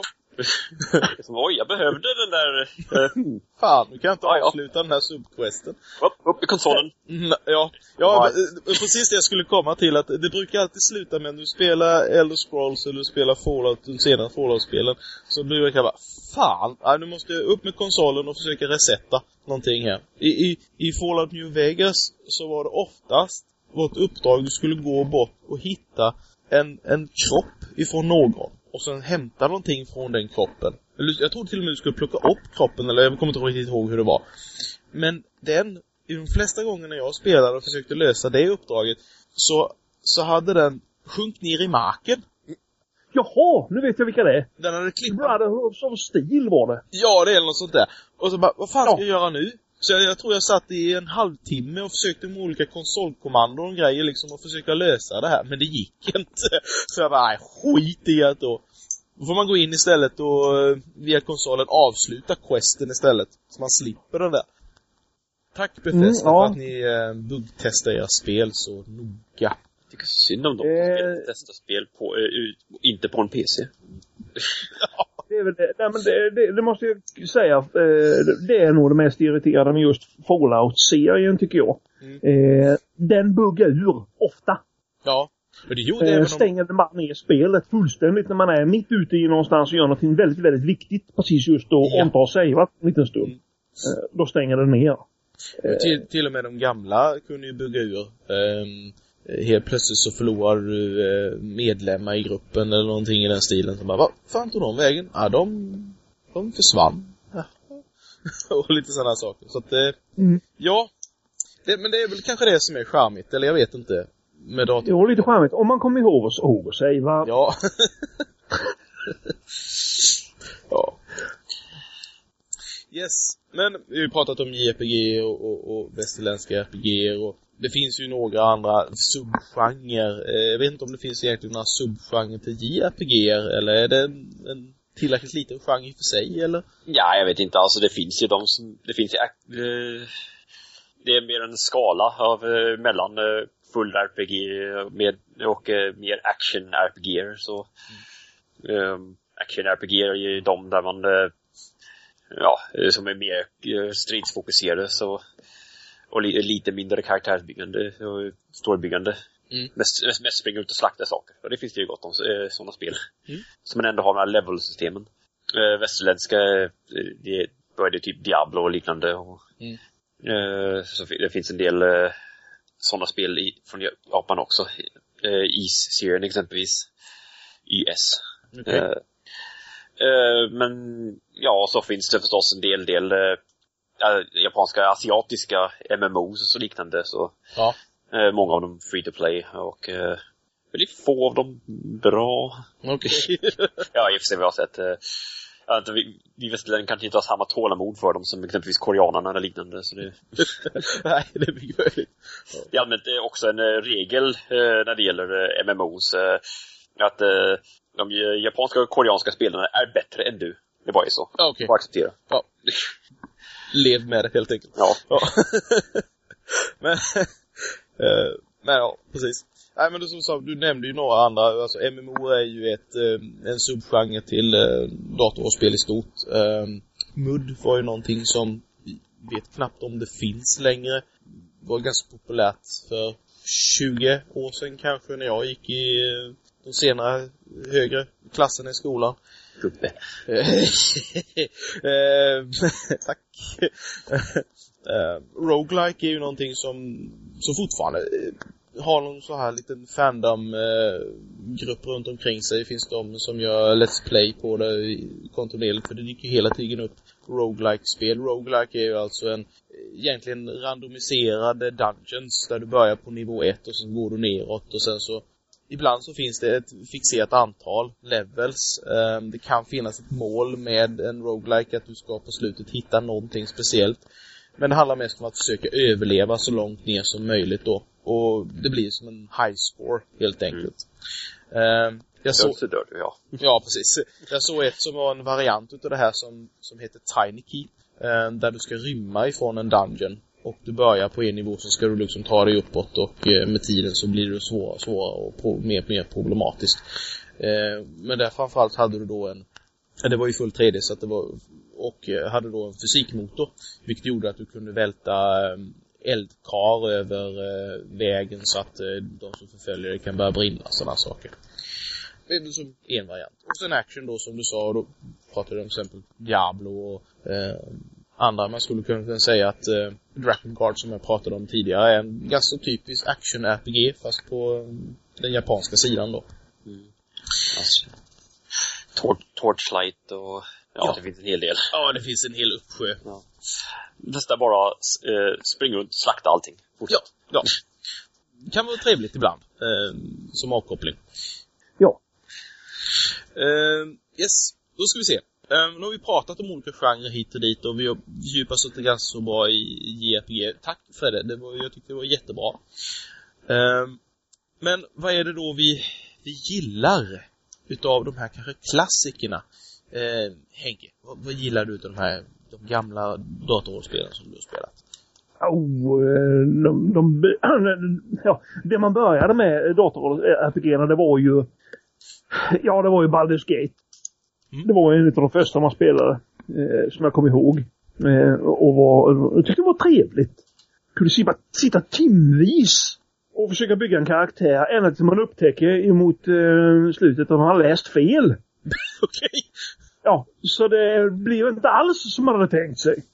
[SPEAKER 2] Som, oj, jag behövde den där... Uh...
[SPEAKER 1] Fan, du kan inte ah, avsluta ja. den här subquesten.
[SPEAKER 2] Upp, upp i konsolen.
[SPEAKER 1] Mm, ja, ja men, precis det jag skulle komma till. Att det brukar alltid sluta med att du spelar Elder Scrolls eller du spelar Fallout, de senaste Fallout-spelen. Så blir det kanske bara, fan, nej, nu måste jag upp med konsolen och försöka resetta någonting här. I, i, i Fallout New Vegas så var det oftast vårt uppdrag, du skulle gå bort och hitta en, en kropp ifrån någon. Och sen hämta någonting från den kroppen. Jag tror till och med du skulle plocka upp kroppen, eller jag kommer inte riktigt ihåg hur det var. Men den, i de flesta gångerna jag spelade och försökte lösa det uppdraget, så, så hade den sjunkit ner i marken.
[SPEAKER 3] Jaha, nu vet jag vilka det är.
[SPEAKER 1] Den hade klippt.
[SPEAKER 3] Brothers of Steel var det.
[SPEAKER 1] Ja, det är något sånt där. Och så bara, vad fan ska
[SPEAKER 3] ja.
[SPEAKER 1] jag göra nu? Så jag, jag tror jag satt i en halvtimme och försökte med olika konsolkommandon och grejer liksom och försöka lösa det här. Men det gick inte. Så jag bara, nej, skit i det då. Då får man gå in istället och via konsolen avsluta questen istället. Så man slipper den där. Tack Bethesda mm, ja. för att ni eh, buggtestar era spel så noga. Jag
[SPEAKER 2] tycker synd om dem som eh... testar spel på, uh, inte på en P C.
[SPEAKER 3] Det, är väl det. Nej, men det, det, det måste jag säga, eh, det är nog det mest irriterande med just Fallout-serien tycker jag. Mm. Eh, den buggar ur, ofta.
[SPEAKER 1] Ja. Men det gjorde eh,
[SPEAKER 3] stänger om... man ner spelet fullständigt när man är mitt ute i någonstans och gör något väldigt, väldigt viktigt precis just då. Ja. Och inte har saveat en liten stund. Mm. Eh, då stänger det ner.
[SPEAKER 1] Eh. Till, till och med de gamla kunde ju bugga ur. Um, helt plötsligt så förlorar du uh, medlemmar i gruppen eller någonting i den stilen. Så bara, vad fan tog de vägen? Ja, de, de försvann. Och lite sådana saker. Så att, eh, mm. ja. Det, men det är väl kanske det som är charmigt, eller jag vet inte. Med dator.
[SPEAKER 3] Jo, lite charmigt. Om man kommer ihåg oss, ihåg och säg, va?
[SPEAKER 1] Ja. Ja. Yes. Men vi har ju pratat om J R P G och, och, och västerländska R P G och det finns ju några andra subgenrer. Eh, jag vet inte om det finns egentligen några subgenrer till J R P G eller är det en, en tillräckligt liten genre för sig, eller?
[SPEAKER 2] Ja, jag vet inte. Alltså det finns ju de som... Det finns ju... Äh, det är mer en skala av äh, mellan äh, full R P G med, och äh, mer action-R P G. Så mm. ähm, action-R P G är ju de där man... Äh, ja, som är mer äh, stridsfokuserade så... Och li, lite mindre karaktärsbyggande och storbyggande. Mm. Mest, mest springa ut och slakta saker. Och det finns det ju gott om eh, sådana spel. Mm. Som man ändå har med level-systemen. Eh, västerländska, eh, det började typ Diablo och liknande. Och, mm. eh, så det finns en del eh, sådana spel i, från Japan också. Eh, Is-serien exempelvis. Y S. Okay. Eh, eh, men ja, så finns det förstås en del del eh, japanska, asiatiska M M Os och liknande. Så
[SPEAKER 1] ja.
[SPEAKER 2] Eh, många av dem free to play och eh, väldigt få av dem bra.
[SPEAKER 1] Okej.
[SPEAKER 2] Okay. Ja, i och för sig vi har sett eh, jag vet inte, vi, vi västerlänningar kanske inte har samma tålamod för dem som exempelvis koreanerna eller liknande. Så det...
[SPEAKER 1] Nej, det är mycket möjligt.
[SPEAKER 2] Ja. Det är allmänt eh, också en eh, regel eh, när det gäller eh, M M Os eh, att eh, de japanska och koreanska spelarna är bättre än du. Det bara är så.
[SPEAKER 1] Okej. Okay.
[SPEAKER 2] Får acceptera.
[SPEAKER 1] Ja. Lev med det helt enkelt.
[SPEAKER 2] Ja.
[SPEAKER 1] Ja. men, uh, men ja, precis. Nej, men du, som sa, du nämnde ju några andra. Alltså M M O är ju ett, uh, en subgenre till uh, datorspel i stort. Uh, M U D var ju någonting som vi vet knappt om det finns längre. Det var ganska populärt för tjugo år sedan kanske när jag gick i uh, de senare högre klasserna i skolan.
[SPEAKER 2] Gubbe.
[SPEAKER 1] Tack. uh, roguelike är ju någonting som, som fortfarande har någon så här liten fandom-grupp uh, runt omkring sig. Det finns de som gör let's play på det kontinuerligt, för det dyker hela tiden upp roguelike-spel. Roguelike är ju alltså en egentligen randomiserad dungeons där du börjar på nivå ett och sen går du neråt och sen så ibland så finns det ett fixerat antal levels. Um, det kan finnas ett mål med en roguelike att du ska på slutet hitta någonting speciellt. Men det handlar mest om att försöka överleva så långt ner som möjligt då. Och det blir som en high score helt enkelt. Mm. Um, jag så...
[SPEAKER 2] så dör du, ja.
[SPEAKER 1] Ja, precis. Jag såg ett som var en variant utav det här som, som heter Tiny Key. Um, där du ska rymma ifrån en dungeon. Och du börjar på en nivå så ska du liksom ta dig uppåt och eh, med tiden så blir det svårare, svårare och pro- mer och mer problematiskt. Eh, men där framförallt hade du då en, det var ju full tre D så att det var, och eh, hade då en fysikmotor vilket gjorde att du kunde välta eh, eldkar över eh, vägen så att eh, de som förföljer dig kan börja brinna, sådana saker. Det är som en variant. Och sen action då som du sa, då pratade du om exempel Diablo och eh, andra. Man skulle kunna säga att eh, Dragon Guard som jag pratade om tidigare är en ganska typisk action-R P G fast på um, den japanska sidan då.
[SPEAKER 2] Mm. Alltså, tor- Torchlight och ja, ja, det finns en hel del.
[SPEAKER 1] Ja, det finns en hel uppsjö.
[SPEAKER 2] Ja. Nästan bara eh, springa runt och slakta allting.
[SPEAKER 1] Ja, ja. Det kan vara trevligt ibland eh, som avkoppling.
[SPEAKER 3] Ja.
[SPEAKER 1] Eh, yes, då ska vi se. Um, nu har vi pratat om olika genrer hit och dit och vi har djupat oss ganska så bra i J R P G. Tack för det, det var, jag tyckte det var jättebra. Um, men vad är det då vi, vi gillar utav de här kanske klassikerna? Uh, Henke, vad, vad gillar du utav de här de gamla datorspelen som du har spelat?
[SPEAKER 3] Oh, de, de, de, ja, det man började med dator-R P G-erna det var ju ja, det var ju Baldur's Gate. Mm. Det var en av de första man spelade eh, som jag kom ihåg. Eh, och var, jag tyckte det var trevligt. Kunde sitta, sitta timvis och försöka bygga en karaktär ända tills man upptäcker emot eh, slutet att man har läst fel.
[SPEAKER 1] Okej. Okay.
[SPEAKER 3] Ja, så det blir inte alls som man hade tänkt sig.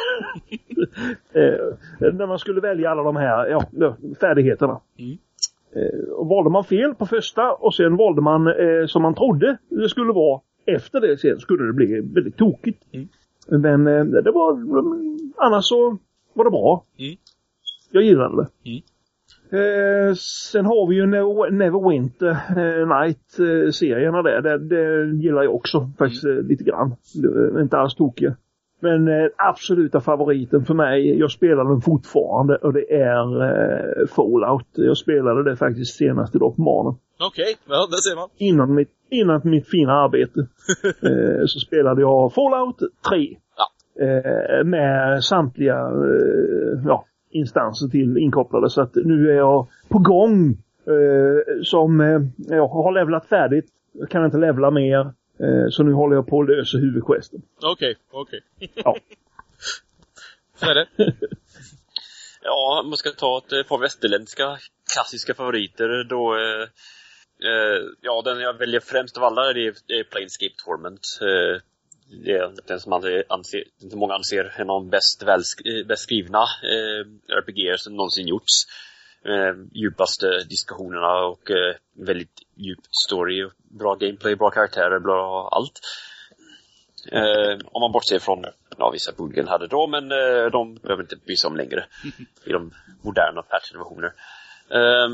[SPEAKER 3] eh, när man skulle välja alla de här ja, färdigheterna. Mm. Eh, och valde man fel på första och sen valde man eh, som man trodde det skulle vara. Efter det sen skulle det bli väldigt tokigt. Mm. Men eh, det var annars så var det bra. Mm. Jag gillade det. Mm. Eh, sen har vi ju Never, Neverwinter eh, Night-serierna där. Det, det gillar jag också faktiskt mm. lite grann. Det, inte alls tokiga. Men eh, absoluta favoriten för mig, jag spelar den fortfarande och det är eh, Fallout. Jag spelade det faktiskt senast idag på morgonen.
[SPEAKER 1] Okej, okay. Ja, det ser man.
[SPEAKER 3] Innan mitt, innan mitt fina arbete eh, så spelade jag Fallout tre. Ja. Eh, med samtliga eh, ja, instanser till inkopplade. Så att nu är jag på gång eh, som eh, jag har levlat färdigt. Jag kan inte levla mer. Eh, så nu håller jag på att lösa huvudquesten.
[SPEAKER 1] Okej, okay, okej. Okay.
[SPEAKER 3] Ja.
[SPEAKER 1] Så är det.
[SPEAKER 2] Ja, man ska ta ett par västerländska klassiska favoriter då. Eh, eh, ja, den jag väljer främst av alla är, är Planescape Torment. Eh, det är den som anser, anser, som många anser är en av de bäst, väl, bäst skrivna eh, R P G som någonsin gjorts. Eh, djupaste diskussionerna och eh, väldigt djup story, bra gameplay, bra karaktärer, bra allt. Eh, om man bortser från ja, vissa buggen hade då, men eh, de behöver inte bry sig om längre i de moderna patch-versioner. Eh,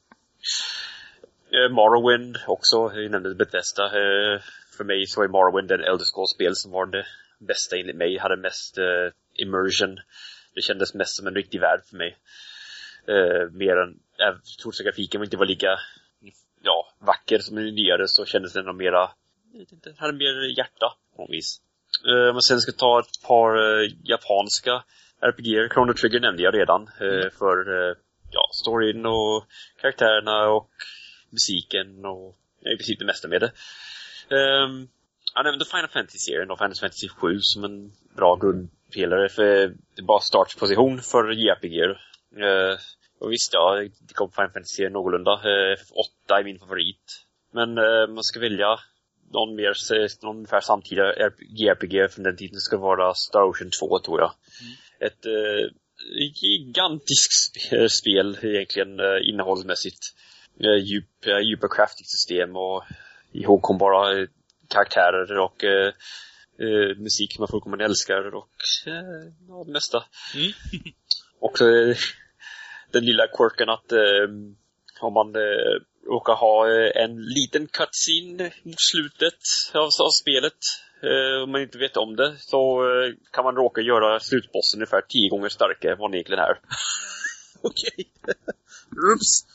[SPEAKER 2] eh, Morrowind också, jag nämnde Bethesda. Eh, för mig så är Morrowind den Elder Scrolls-spel som var det bästa enligt mig, hade mest eh, immersion. Det kändes mest som en riktig värld för mig. Uh, mer än, jag tror att grafiken inte var lika ja, vacker som den nyare, så kändes den nog mera, jag vet inte, hade mer hjärta på något vis. Uh, men sen ska jag ta ett par uh, japanska R P G. Chrono Trigger nämnde jag redan uh, för uh, ja, storyn och karaktärerna och musiken och ja, i princip det mesta med det. Um, jag nämnde Final Fantasy-serien och Final Fantasy sju som en bra grundpelare, för det är bara startposition för J R P G. Uh, och visst, ja, det kom Final Fantasy någorlunda. Uh, åtta är min favorit. Men uh, man ska välja någon mer, någon ungefär samtida J R P G från den tiden ska vara Star Ocean två, tror jag. Mm. Ett uh, gigantiskt sp- spel egentligen uh, innehållsmässigt. Uh, djup, uh, djupa crafting-system och ihågkombara uh, karaktärer och uh, uh, musik man fullkomligt älskar och uh, ja, det mesta. Mm. Och uh, den lilla quirken att uh, om man uh, råkar ha uh, en liten cutscene mot slutet av, av spelet, uh, om man inte vet om det, så uh, kan man råka göra slutbossen ungefär tio gånger starkare än vad den egentligen är.
[SPEAKER 1] Okej.
[SPEAKER 2] Oops.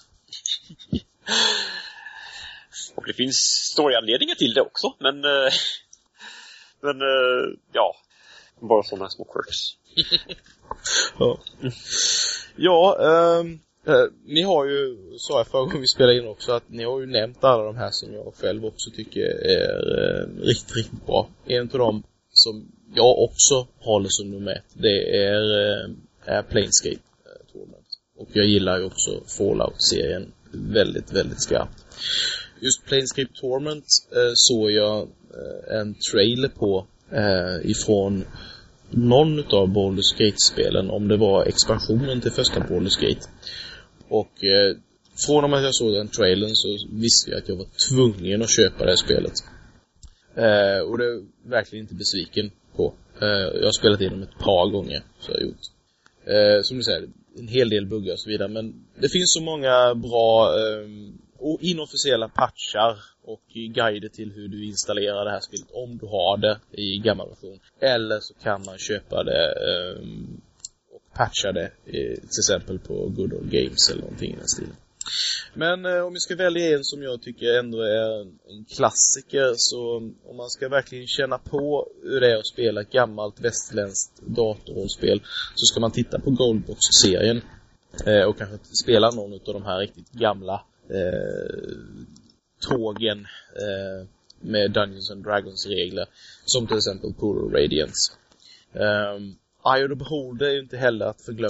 [SPEAKER 2] Och det finns storyanledningar till det också, men uh, men uh, ja, bara sådana små quirks.
[SPEAKER 1] Ja. Ja, um, uh, ni har ju, sa jag förra gången vi spelade in också, att ni har ju nämnt alla de här som jag själv också tycker är uh, riktigt, riktigt bra. En av dem som jag också håller som nummer ett, det är, uh, är Planescape uh, Torment. Och jag gillar ju också Fallout-serien väldigt, väldigt skarpt. Just Planescape Torment uh, såg jag uh, en trailer på uh, ifrån någon utav Baldur's Gate-spelen, om det var expansionen till första Baldur's Gate. Och eh, från och med att jag såg den trailern så visste jag att jag var tvungen att köpa det här spelet. Eh, och det är verkligen inte besviken på. Eh, jag har spelat igenom ett par gånger, så jag har gjort. Eh, som du säger, en hel del buggar och så vidare. Men det finns så många bra eh, och inofficiella patchar och guider till hur du installerar det här spelet om du har det i gammal version. Eller så kan man köpa det um, och patcha det i, till exempel på Good Old Games eller någonting i den stilen. Men uh, om vi ska välja en som jag tycker ändå är en klassiker, så om man ska verkligen känna på hur det är att spela ett gammalt västerländskt datorrollspel, så ska man titta på Goldbox-serien uh, och kanske spela någon av de här riktigt gamla Eh, tågen eh, med Dungeons and Dragons regler, som till exempel Pool Radiance. um, Eye of the Beholder är ju inte heller att förglömma.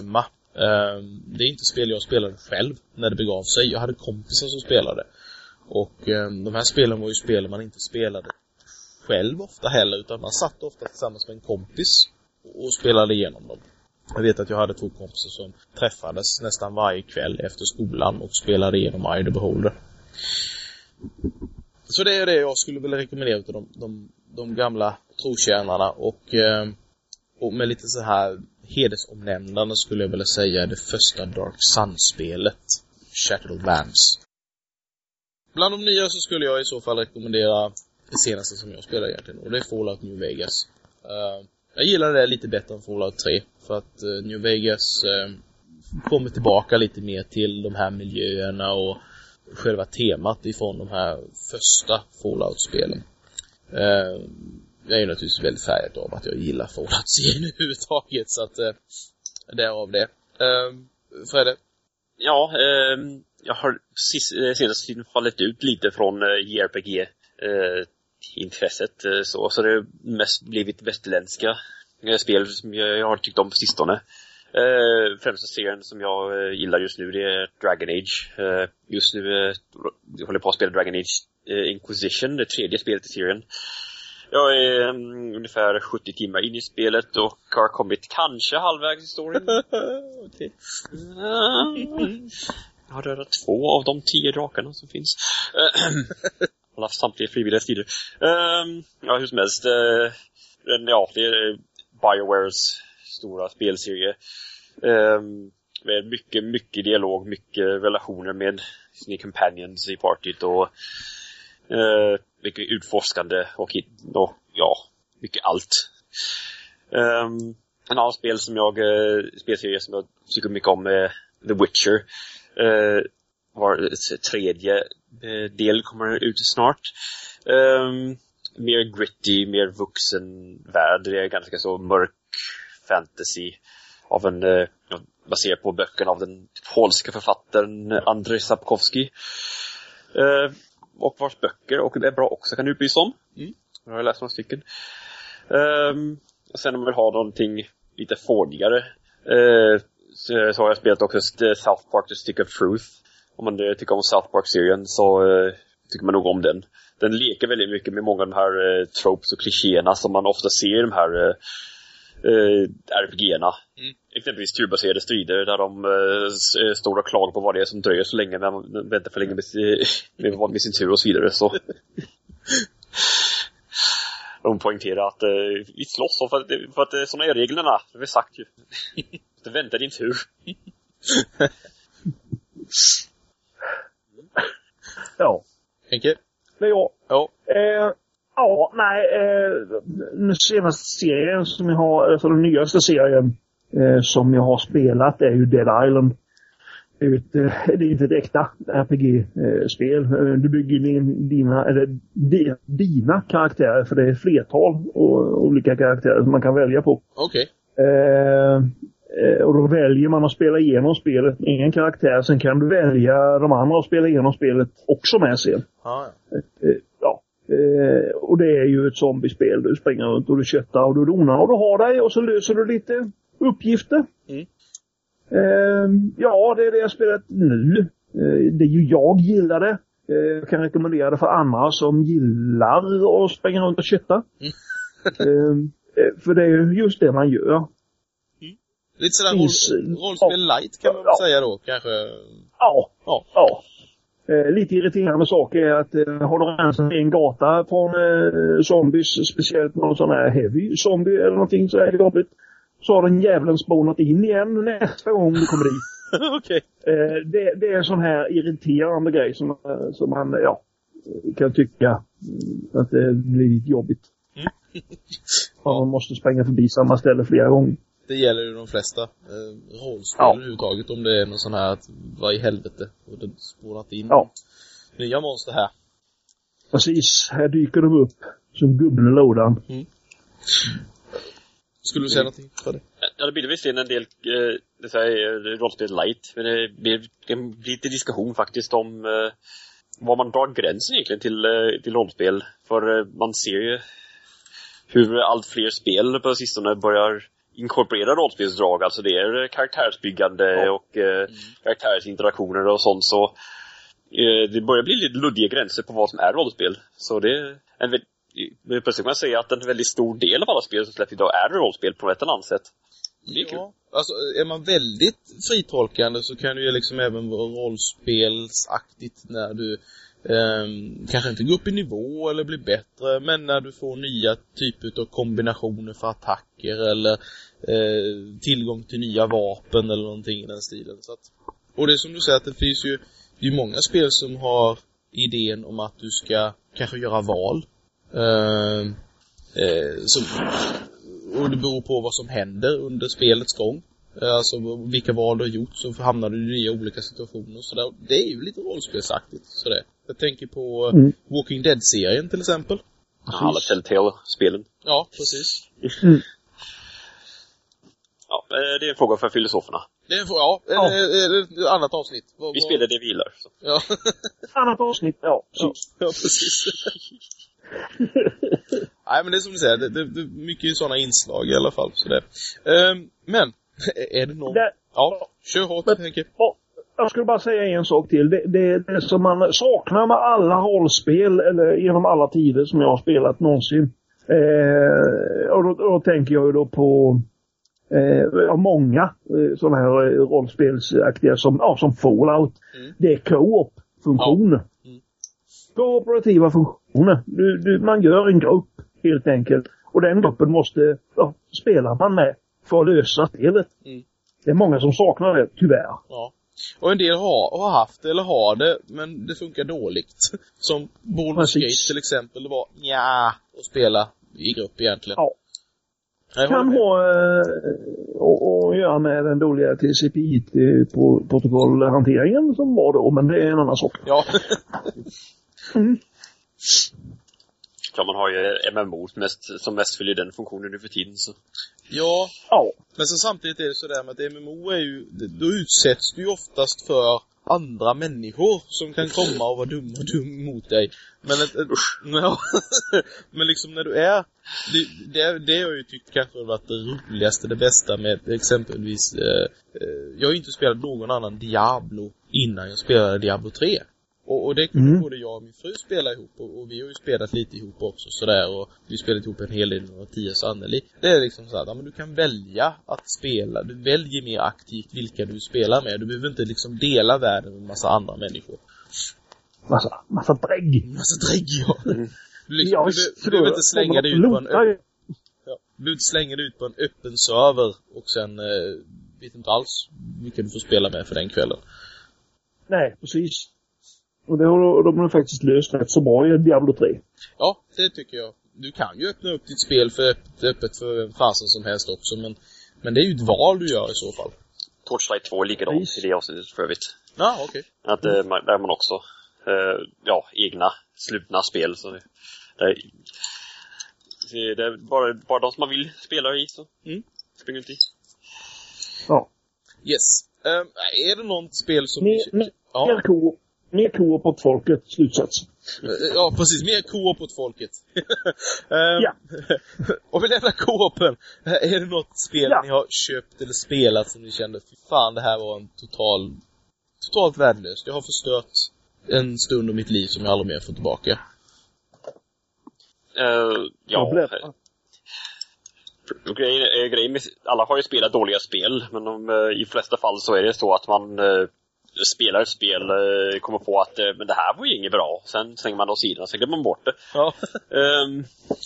[SPEAKER 1] Um, det är inte spel jag spelade själv när det begav sig. Jag hade kompisar som spelade. Och um, de här spelen var ju spel man inte spelade själv ofta heller, utan man satt ofta tillsammans med en kompis och spelade igenom dem. Jag vet att jag hade två kompisar som träffades nästan varje kväll efter skolan och spelade igenom I the Beholder. Så det är det jag skulle vilja rekommendera till de, de, de gamla trotjänarna. Och, eh, och med lite så här hedersomnämnande skulle jag vilja säga det första Dark Sun-spelet, Shattered Lands. Bland de nya så skulle jag i så fall rekommendera det senaste som jag spelar egentligen, och det är Fallout New Vegas. Uh, jag gillar det lite bättre än Fallout tre, för att uh, New Vegas uh, kommer tillbaka lite mer till de här miljöerna och själva temat ifrån de här första Fallout-spelen. Uh, jag är ju naturligtvis väldigt färgad av att jag gillar Fallout-serien överhuvudtaget, så att uh, därav det. Uh, Fredde?
[SPEAKER 2] Ja, eh, jag har senaste tiden fallit ut lite från eh, J R P G eh, intresset, eh, så, så det har mest blivit västerländska eh, spel som jag, jag har tyckt om på sistone. Eh, främsta serien som jag eh, gillar just nu, det är Dragon Age. Eh, just nu eh, jag håller på att spela Dragon Age eh, Inquisition, det tredje spelet i serien. Jag är um, ungefär sjuttio timmar in i spelet och har kommit kanske halvvägs i storyn.
[SPEAKER 1] Okay.
[SPEAKER 2] Uh, jag har dödat två av de tio drakarna som finns. Alla samtliga frivilliga strider. Um, ja, hur som helst. Uh, ja, det är BioWares stora spelserie. Um, med mycket, mycket dialog, mycket relationer med sina companions i partyt och uh, mycket utforskande och, och ja, mycket allt. Um, en annan spel som jag uh, spelserie som jag tycker mycket om är The Witcher. Uh, var tredje uh, del kommer ut snart. Um, mer gritty, mer vuxen värld. Det är ganska så mörk fantasy av en uh, baserad på böckerna av den polska författaren Andrzej Sapkowski. Uh, och vars böcker och det är bra också kan du upplysa om. Mm. Jag har läst några stycken. Um, och sen om man vill ha någonting lite fårdigare uh, så, så har jag spelat också South Park The Stick of Truth. Om man uh, tycker om South Park-serien så uh, tycker man nog om den. Den leker väldigt mycket med många av de här uh, tropes och klichéerna som man ofta ser i de här uh, uh, R P G-erna. Mm. Exempelvis turbaserade strider där de uh, står och klagar på vad det är som dröjer så länge när man väntar för länge med, med, med sin tur och så vidare. Så. De poängterar att uh, vi slåss för att, för att uh, sådana är reglerna. Det har vi sagt ju. Du väntar din tur.
[SPEAKER 3] Ja.
[SPEAKER 1] Henke?
[SPEAKER 3] Det är jag.
[SPEAKER 1] Ja.
[SPEAKER 3] Eh, ja, nej. Eh, den senaste serien som jag har, alltså den nyaste serien eh, som jag har spelat är ju Dead Island. Det är, ju ett, eh, det är inte ett äkta R P G-spel. Eh, du bygger in dina, eller de, dina karaktärer, för det är flertal och, olika karaktärer som man kan välja på.
[SPEAKER 1] Okej.
[SPEAKER 3] Okay. Eh, och då väljer man att spela igenom spelet med en karaktär. Sen kan du välja de andra att spela igenom spelet också med sen.
[SPEAKER 1] Ah, ja.
[SPEAKER 3] Ja. Och det är ju ett zombiespel. Du springer runt och du köttar och du donar och du har dig. Och så löser du lite uppgifter. Mm. Ja, det är det jag spelat nu. Det är ju jag gillar det. Jag kan rekommendera det för andra som gillar att springa runt och kötta. Mm. För det är ju just det man gör.
[SPEAKER 1] Lite sådär roll, rollspel light kan man väl ja. säga då, kanske?
[SPEAKER 3] Ja, ja. ja. Eh, lite irriterande sak är att eh, har du rensat en gata från eh, zombies, speciellt någon sån här heavy zombie eller någonting så är det jobbigt. Så har den jävlen spånat in igen nästa gång du kommer dit.
[SPEAKER 1] Okej.
[SPEAKER 3] Okay. Eh, det, det är en sån här irriterande grej som, som man ja, kan tycka att det blir jobbigt. Mm. Ja. Man måste springa förbi samma ställe flera gånger.
[SPEAKER 1] Det gäller ju de flesta eh, rollspel ja. överhuvudtaget, om det är någon sån här att vad i helvete och det spårat in
[SPEAKER 3] ja.
[SPEAKER 1] nya monster här.
[SPEAKER 3] Precis, här dyker de upp som gubben i lådan. Mm.
[SPEAKER 1] Skulle du säga någonting för det?
[SPEAKER 2] Ja, det blir visserligen en del eh, det säger rollspel light, men det blir lite diskussion faktiskt om eh, vad man drar gränsen egentligen till, eh, till rollspel. För eh, man ser ju hur allt fler spel på sistone börjar inkorporerar rollspelsdrag. Alltså det är karaktärsbyggande ja. och eh, mm. karaktärsinteraktioner och sånt. Så eh, det börjar bli lite luddiga gränser på vad som är rollspel. Så det är en väldigt, plötsligt kan man säga att en väldigt stor del av alla spel som släpps idag är rollspel på ett eller annat sätt. Det är
[SPEAKER 1] ja,
[SPEAKER 2] kul.
[SPEAKER 1] Alltså är man väldigt fritolkande så kan det ju liksom även vara rollspelsaktigt när du eh, kanske inte går upp i nivå eller blir bättre, men när du får nya typer av kombinationer för attacker eller eh, tillgång till nya vapen eller någonting i den stilen. Så att, och det är som du säger att det finns ju, det är många spel som har idén om att du ska kanske göra val. Eh, eh, som Och det beror på vad som händer under spelets gång. Alltså vilka val du har gjort, så hamnar du i olika situationer. Så där. Det är ju lite rollspelsaktigt. Så det. Jag tänker på mm. Walking Dead-serien till exempel.
[SPEAKER 2] Ja, alla Telltale-spelen.
[SPEAKER 1] Ja, precis.
[SPEAKER 3] Mm.
[SPEAKER 2] Ja, det är en fråga för filosoferna.
[SPEAKER 1] Det är en fråga, ja. ja. Ett annat avsnitt.
[SPEAKER 2] Vad, vi spelar det vi gillar. Så.
[SPEAKER 1] Ja.
[SPEAKER 3] Annat avsnitt, ja.
[SPEAKER 1] Ja, ja precis. Nej, men det är som du säger, det, det, det är mycket sådana inslag i alla fall. Så det. Um, men, är det någon... Det, ja, kör hårt, men, tänker jag.
[SPEAKER 3] Jag skulle bara säga en sak till. Det, det, det som man saknar med alla rollspel, eller genom alla tider som jag har spelat någonsin. Eh, och då, då tänker jag ju då på eh, många eh, sådana här rollspelsaktiga som, ja, som Fallout. Mm. Det är co-op-funktioner. Ja. Mm. Kooperativa funktioner. Du, du, man gör en grupp helt enkelt. Och den gruppen måste, ja, spelar man med för att lösa spelet. Mm. Det är många som saknar det, tyvärr.
[SPEAKER 1] Ja. Och en del har, har haft eller har det, men det funkar dåligt. Som Baldur's Gate till exempel, det var nja att spela i grupp egentligen.
[SPEAKER 3] Ja. Det kan ha att göra med den dåliga T C P I-protokollhanteringen som var då, men det är en annan sak.
[SPEAKER 1] Ja.
[SPEAKER 3] mm.
[SPEAKER 2] Ja, man har ju M M O mest, som mest fyller den funktionen nu för tiden. Så.
[SPEAKER 1] Ja,
[SPEAKER 3] ja,
[SPEAKER 1] men så samtidigt är det sådär med att M M O är ju, då utsätts du ju oftast för andra människor som kan komma och vara dumma och dum mot dig. Men, ett, ett, ja, men liksom när du är, det, det, det har jag ju tyckt kanske har varit det roligaste, det bästa med exempelvis, eh, jag har ju inte spelat någon annan Diablo innan jag spelade Diablo tre. Och, och det kunde mm. både jag och min fru spela ihop. Och, och vi har ju spelat lite ihop också sådär. Och vi har spelat ihop en hel del med Mattias och Anneli. Det är liksom så att ja, men du kan välja att spela. Du väljer mer aktivt vilka du spelar med. Du behöver inte liksom dela världen med en massa andra människor.
[SPEAKER 3] Massa, massa drägg.
[SPEAKER 1] Massa drägg, ja. Mm. Du, liksom,
[SPEAKER 3] ja,
[SPEAKER 1] du, du, du behöver inte slänga dig ut på en öppen, ja, du behöver inte slänga dig ut på en öppen server. Och sen eh, vet inte alls vilka du får spela med för den kvällen.
[SPEAKER 3] Nej, precis. Och det har de har faktiskt löst rätt så bra i Diablo tre.
[SPEAKER 1] Ja, det tycker jag. Du kan ju öppna upp ditt spel för öppet, öppet för vem fasen som helst också. Men, men det är ju ett val du gör i så fall.
[SPEAKER 2] Torchlight två är likadant i det avsnittet för övrigt.
[SPEAKER 1] Ja, okej. Okay.
[SPEAKER 2] Att mm. där man också eh, ja, egna slutna spel. Så det, det, det är bara, bara de som man vill spela i så mm. springer inte i.
[SPEAKER 3] Ja.
[SPEAKER 1] Yes. Um, är det något spel som...
[SPEAKER 3] Mer, mer, ja. mer cool. Mer koop åt folket, slutsats.
[SPEAKER 1] Ja, precis. Mer koop åt folket. um,
[SPEAKER 3] ja.
[SPEAKER 1] Och vi lämnar koopen. Är det något spel ja. ni har köpt eller spelat som ni kände, fy fan, det här var en total, totalt värdelöst. Jag har förstört en stund av mitt liv som jag aldrig mer får tillbaka.
[SPEAKER 2] Uh, ja. Grejen, grejen med, alla har ju spelat dåliga spel, men de, i flesta fall så är det så att man... Uh, spelar ett spel eh, kommer på att eh, men det här var ju inget bra. Sen slänger man åt sidan och så glömmer man bort det.
[SPEAKER 1] Ja.
[SPEAKER 2] um,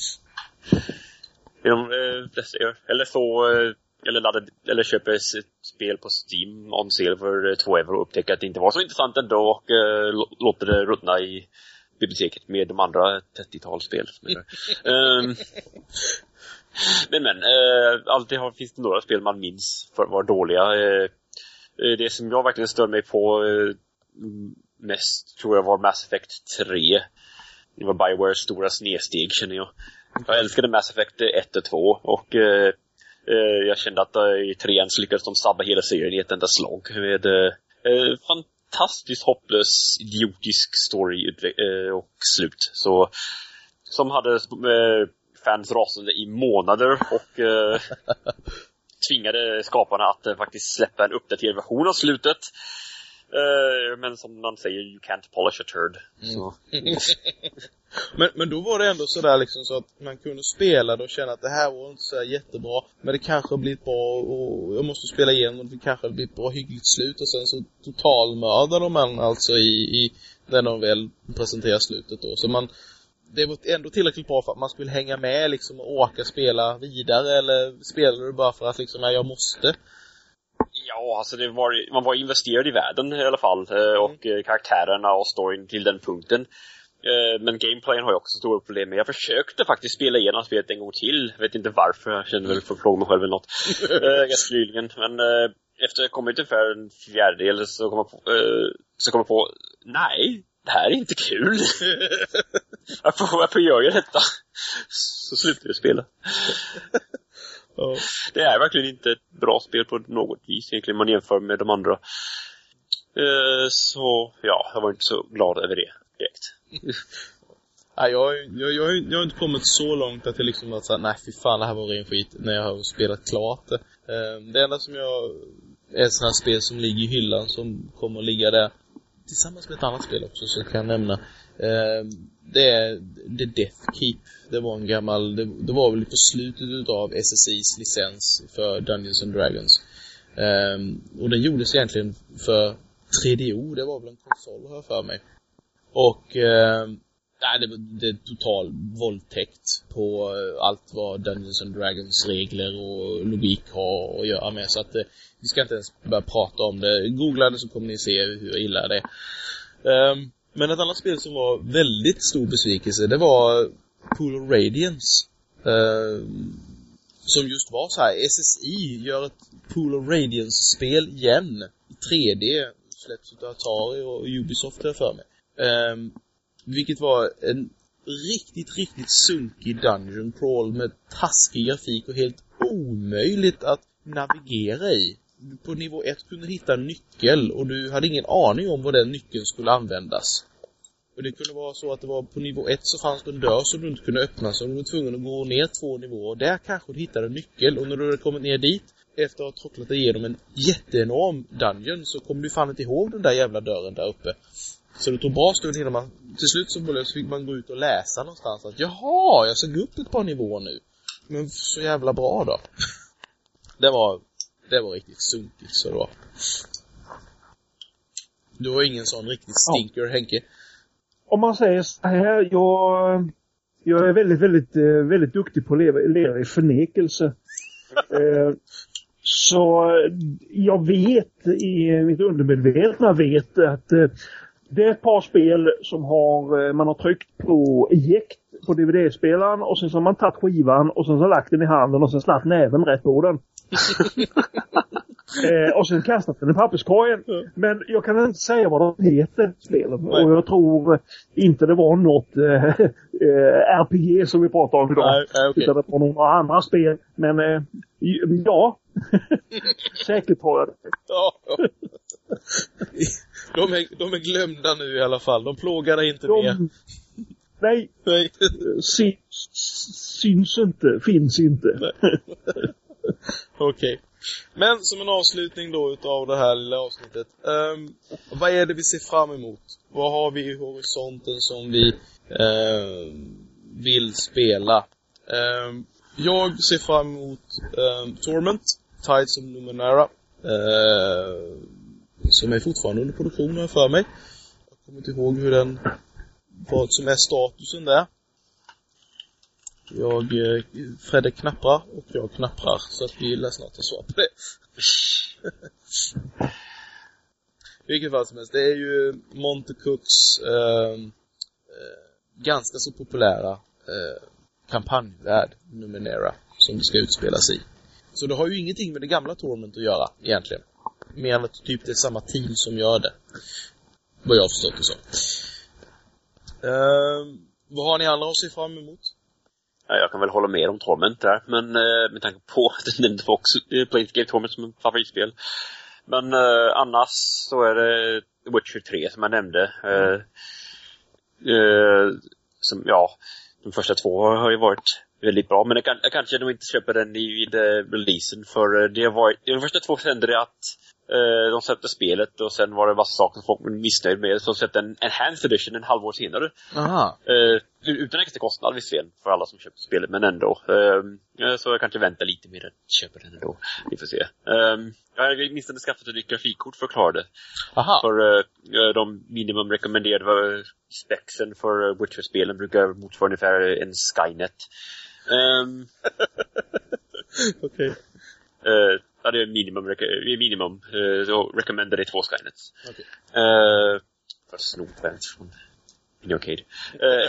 [SPEAKER 2] eh, eller så eh, eller, laddar, eller köper ett spel på Steam on sale för två euro och upptäcker att det inte var så intressant ändå och eh, låter det ruttna i biblioteket med de andra trettiotalsspel. um, men men eh, alltid har, finns det några spel man minns för att vara dåliga. Eh, Det som jag verkligen stör mig på eh, mest tror jag var Mass Effect tre. Det var BioWares stora snedsteg, känner jag. Jag älskade Mass Effect ett och två och eh, jag kände att eh, i trean så lyckades de sabba hela serien i ett enda slag med eh, fantastiskt hopplös, idiotisk story eh, och slut. Så som hade eh, fans rasande i månader och eh, tvingade skaparna att uh, faktiskt släppa en uppdaterad version av slutet. Uh, men som man säger, you can't polish a turd. Mm. Så.
[SPEAKER 1] men, men då var det ändå sådär liksom så att man kunde spela det och känna att det här var inte så jättebra, men det kanske blir bra och jag måste spela igenom och det kanske blir ett bra hyggligt slut, och sen så totalmördade man alltså i, i när de väl presenterar slutet då. Så man, det var ändå tillräckligt bra för att man skulle hänga med liksom och åka spela vidare, eller spelade du bara för att liksom, nej, jag måste?
[SPEAKER 2] Ja, alltså det var, man var investerad i världen i alla fall, mm. och karaktärerna och storyn till den punkten. Men gameplayen har jag också stora problem med. Jag försökte faktiskt spela igenom spelet en gång till. Jag vet inte varför, jag kände väl för att fråga mig själv eller något. Ganska nyligen. Men efter jag kommit ungefär en fjärdedel så kom jag på, så kom jag på nej, det här är inte kul. varför, varför gör jag detta? Så slutade jag spela. Oh. Det är verkligen inte ett bra spel på något vis egentligen, man jämför med de andra. Uh, så ja, jag var inte så glad över det direkt.
[SPEAKER 1] Nej, jag, jag, jag, jag har inte kommit så långt att jag liksom var såhär, nej fy fan, det här var ren skit när jag har spelat klart det. Uh, det enda som jag är ett sånt här spel som ligger i hyllan som kommer att ligga där tillsammans med ett annat spel också, så kan jag nämna. Uh, det är The Death Keep. Det var en gammal, det, det var väl på slutet av S S I's licens för Dungeons and Dragons. Um, och den gjordes egentligen för tre D O, det var väl en konsol här för mig. Och um, nej, det var det är total våldtäkt på allt vad Dungeons and Dragons regler och logik har att göra med, så att uh, vi ska inte ens börja prata om det. Googla det så kommer ni se hur illa det är. Um, men ett annat spel som var väldigt stor besvikelse, det var Pool of Radiance, uh, som just var så här, S S I gör ett Pool of Radiance-spel igen i tre D, släpps av Atari och Ubisoft här för mig. Um, vilket var en riktigt, riktigt sunkig dungeon crawl med taskig grafik och helt omöjligt att navigera i. På nivå ett kunde du hitta en nyckel och du hade ingen aning om vad den nyckeln skulle användas. Och det kunde vara så att det var på nivå ett så fanns det en dörr som du inte kunde öppna, så du var tvungen att gå ner två nivåer. Där kanske du hittade en nyckel, och när du hade kommit ner dit efter att ha trocklat igenom en jätteenorm dungeon så kom du fan inte ihåg den där jävla dörren där uppe. Så det tog bra stund innan man, till slut så fick man gå ut och läsa någonstans att jaha, jag ska gå upp ett par nivåer nu. Men så jävla bra då. Det var, det var riktigt sunkigt så det var. Du var ingen sån riktigt stinker, ja. Henke.
[SPEAKER 3] Om man säger så här, jag, jag är väldigt, väldigt, väldigt duktig på att leva, leva i förnekelse. eh, så jag vet, i mitt undermedvetna vet att eh, det är ett par spel som har, man har tryckt på eject på D V D-spelaren och sen så har man tagit skivan och sen så lagt den i handen och sen slagit näven rätt på den. eh, och sen kastat den i papperskorgen. Mm. Men jag kan inte säga vad de heter spelet. Nej. Och jag tror inte det var något eh, eh, R P G som vi pratar om idag. Nej, nej, okay. Utan det var några andra spel. Men eh, ja, säkert har jag det.
[SPEAKER 1] Ja. De är, de är glömda nu i alla fall. De plågar dig inte de, mer.
[SPEAKER 3] Nej, nej. Syns, syns inte, finns inte.
[SPEAKER 1] Okej. Okay. Men som en avslutning då utav det här lilla avsnittet. Um, vad är det vi ser fram emot? Vad har vi i horisonten som vi uh, vill spela? Um, jag ser fram emot um, Torment, Tides of Numenera. Uh, som är fortfarande under produktionen för mig. Jag kommer inte ihåg hur den, vad som är statusen där. Jag, eh, Fredde knapprar och jag knapprar, så att vi lär snart ta svar på det. Vilket fall som helst, det är ju Monte Cooks eh, eh, ganska så populära eh, kampanjvärld Numenera som det ska utspelas i. Så det har ju ingenting med det gamla Torment att göra egentligen. Mer än att typ det är samma team som gör det. Vad jag har förstått det så. Eh, vad har ni andra att se fram emot?
[SPEAKER 2] Ja, jag kan väl hålla med om Torment där, men eh, med tanke på att det nämnde också eh, Planescape Torment som en favoritspel. Men eh, annars så är det Witcher tre som jag nämnde. Eh, eh, som, ja, de första två har ju varit väldigt bra. Men jag, kan, jag kanske nog inte köper den i, i det releasen. För det var de första två hände det att eh, de släppte spelet och sen var det massa saker som folk var missnöjd med. Så släppte en enhanced edition en halvår senare.
[SPEAKER 1] Aha.
[SPEAKER 2] Eh, utan extra kostnad visserligen för alla som köpte spelet, men ändå. Eh, så jag kanske väntar lite med att köpa den ändå. Vi får se. Eh, jag minns att jag skaffat ett nytt grafikkort för att klara det.
[SPEAKER 1] Aha.
[SPEAKER 2] För eh, de minimum rekommenderade spexen för Witcher-spelen brukar motsvara ungefär en Skynet. Um,
[SPEAKER 1] Okej. Okay.
[SPEAKER 2] Uh, ja, det är minimum, rec- minimum uh, så rekommenderar det två Skynets.
[SPEAKER 1] Okay.
[SPEAKER 2] Uh, för snopvänst från Videocade. Uh,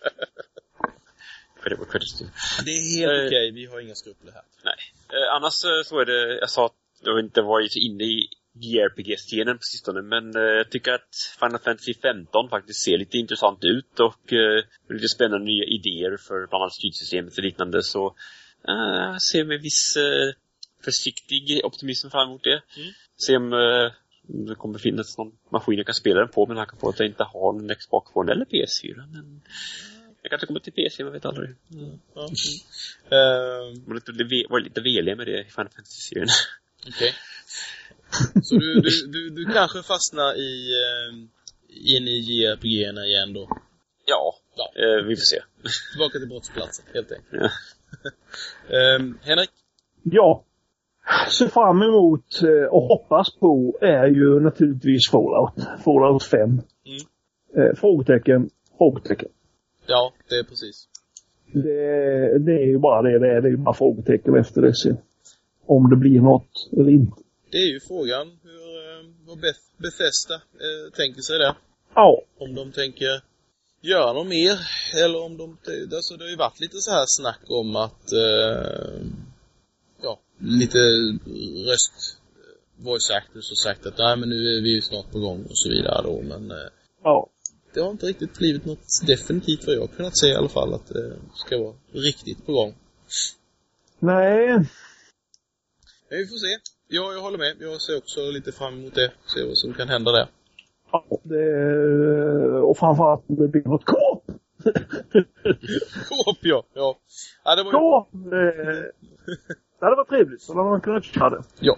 [SPEAKER 2] credit what credit's due.
[SPEAKER 1] Det är helt uh, okej, okay. Vi har inga skrupler här.
[SPEAKER 2] Nej. Uh, annars uh, så är det, jag sa att jag inte varit så inne i J R P G-scenen på sistone, men uh, jag tycker att Final Fantasy femton faktiskt ser lite intressant ut och uh, lite spännande nya idéer för bland annat styrsystemet och liknande, så uh, ser med viss uh, försiktig optimism fram emot det. Mm. Se om uh, det kommer finnas någon maskin jag kan spela den på, men jag kan på att jag inte har en Xbox One eller P S fyra, men jag kanske kommer till P C, man vet aldrig. Mm. Ja. Mm. Uh, var lite, var lite velig med det i Final Fantasy-serien.
[SPEAKER 1] Okej. Okay. Så du, du, du, du kanske fastnar i uh, in i J R P G-erna igen då?
[SPEAKER 2] Ja, ja. Uh, vi får se.
[SPEAKER 1] Tillbaka till brottsplatsen, helt enkelt. Ja. um, Henrik?
[SPEAKER 3] Ja. Så fram emot uh, och hoppas på är ju naturligtvis Fallout. Fallout fem. Mm. Uh, frågetecken, frågetecken.
[SPEAKER 1] Ja, det är precis.
[SPEAKER 3] Det, det är ju bara det det är. Det är ju bara frågetecken efter det sen. Om det blir något eller inte.
[SPEAKER 1] Det är ju frågan hur vad Beth, Bethesda eh, tänker sig det.
[SPEAKER 3] Ja.
[SPEAKER 1] Om de tänker göra något mer eller om de, alltså det har ju varit lite så här snack om att eh, ja, lite röst voice actors har sagt att nej men nu är vi ju snart på gång och så vidare då, men eh,
[SPEAKER 3] ja.
[SPEAKER 1] Det har inte riktigt blivit något definitivt vad jag har kunnat se i alla fall att det ska vara riktigt på gång.
[SPEAKER 3] Nej.
[SPEAKER 1] Men vi får se. Ja, jag håller med. Jag ser också lite fram emot det. Se vad som kan hända där.
[SPEAKER 3] Ja, det, och framförallt det blir något Coop.
[SPEAKER 1] Coop, ja. ja. ja det var
[SPEAKER 3] Coop! Det, det hade varit trevligt. Så hade man kunnat köra det.
[SPEAKER 1] Ja.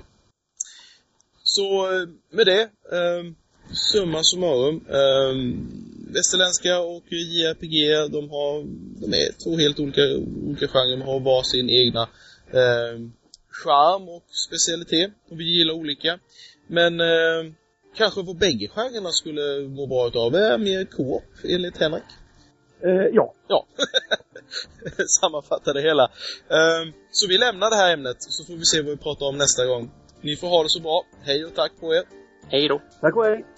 [SPEAKER 1] Så med det, um, summa summarum. Um, västerländska och J R P G, de, har, de är två helt olika, olika genrer. De har var sin egna um, charm och specialitet och vi gillar olika. Men eh, kanske vad bägge genrerna skulle må bra utav är mer co-op enligt Henrik.
[SPEAKER 3] Eh, ja.
[SPEAKER 1] Ja. Sammanfattar det hela. Eh, så vi lämnar det här ämnet så får vi se vad vi pratar om nästa gång. Ni får ha det så bra. Hej och tack på er.
[SPEAKER 2] Hej då.
[SPEAKER 3] Tack och hej.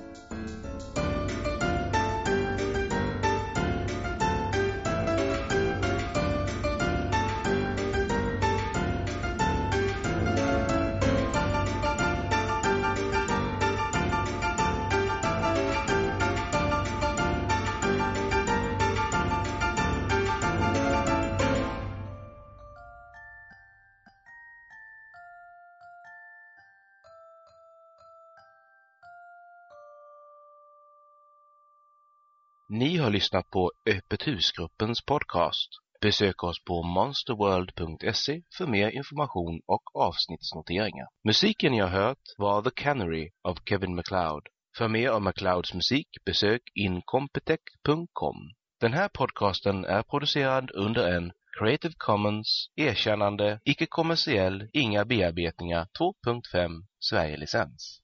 [SPEAKER 4] Ni har lyssnat på Öppet husgruppens podcast. Besök oss på monsterworld punkt se för mer information och avsnittsnoteringar. Musiken ni har hört var The Canary av Kevin MacLeod. För mer om MacLeods musik besök incompetech punkt com. Den här podcasten är producerad under en Creative Commons erkännande, icke-kommersiell, inga bearbetningar två punkt fem Sverige-licens.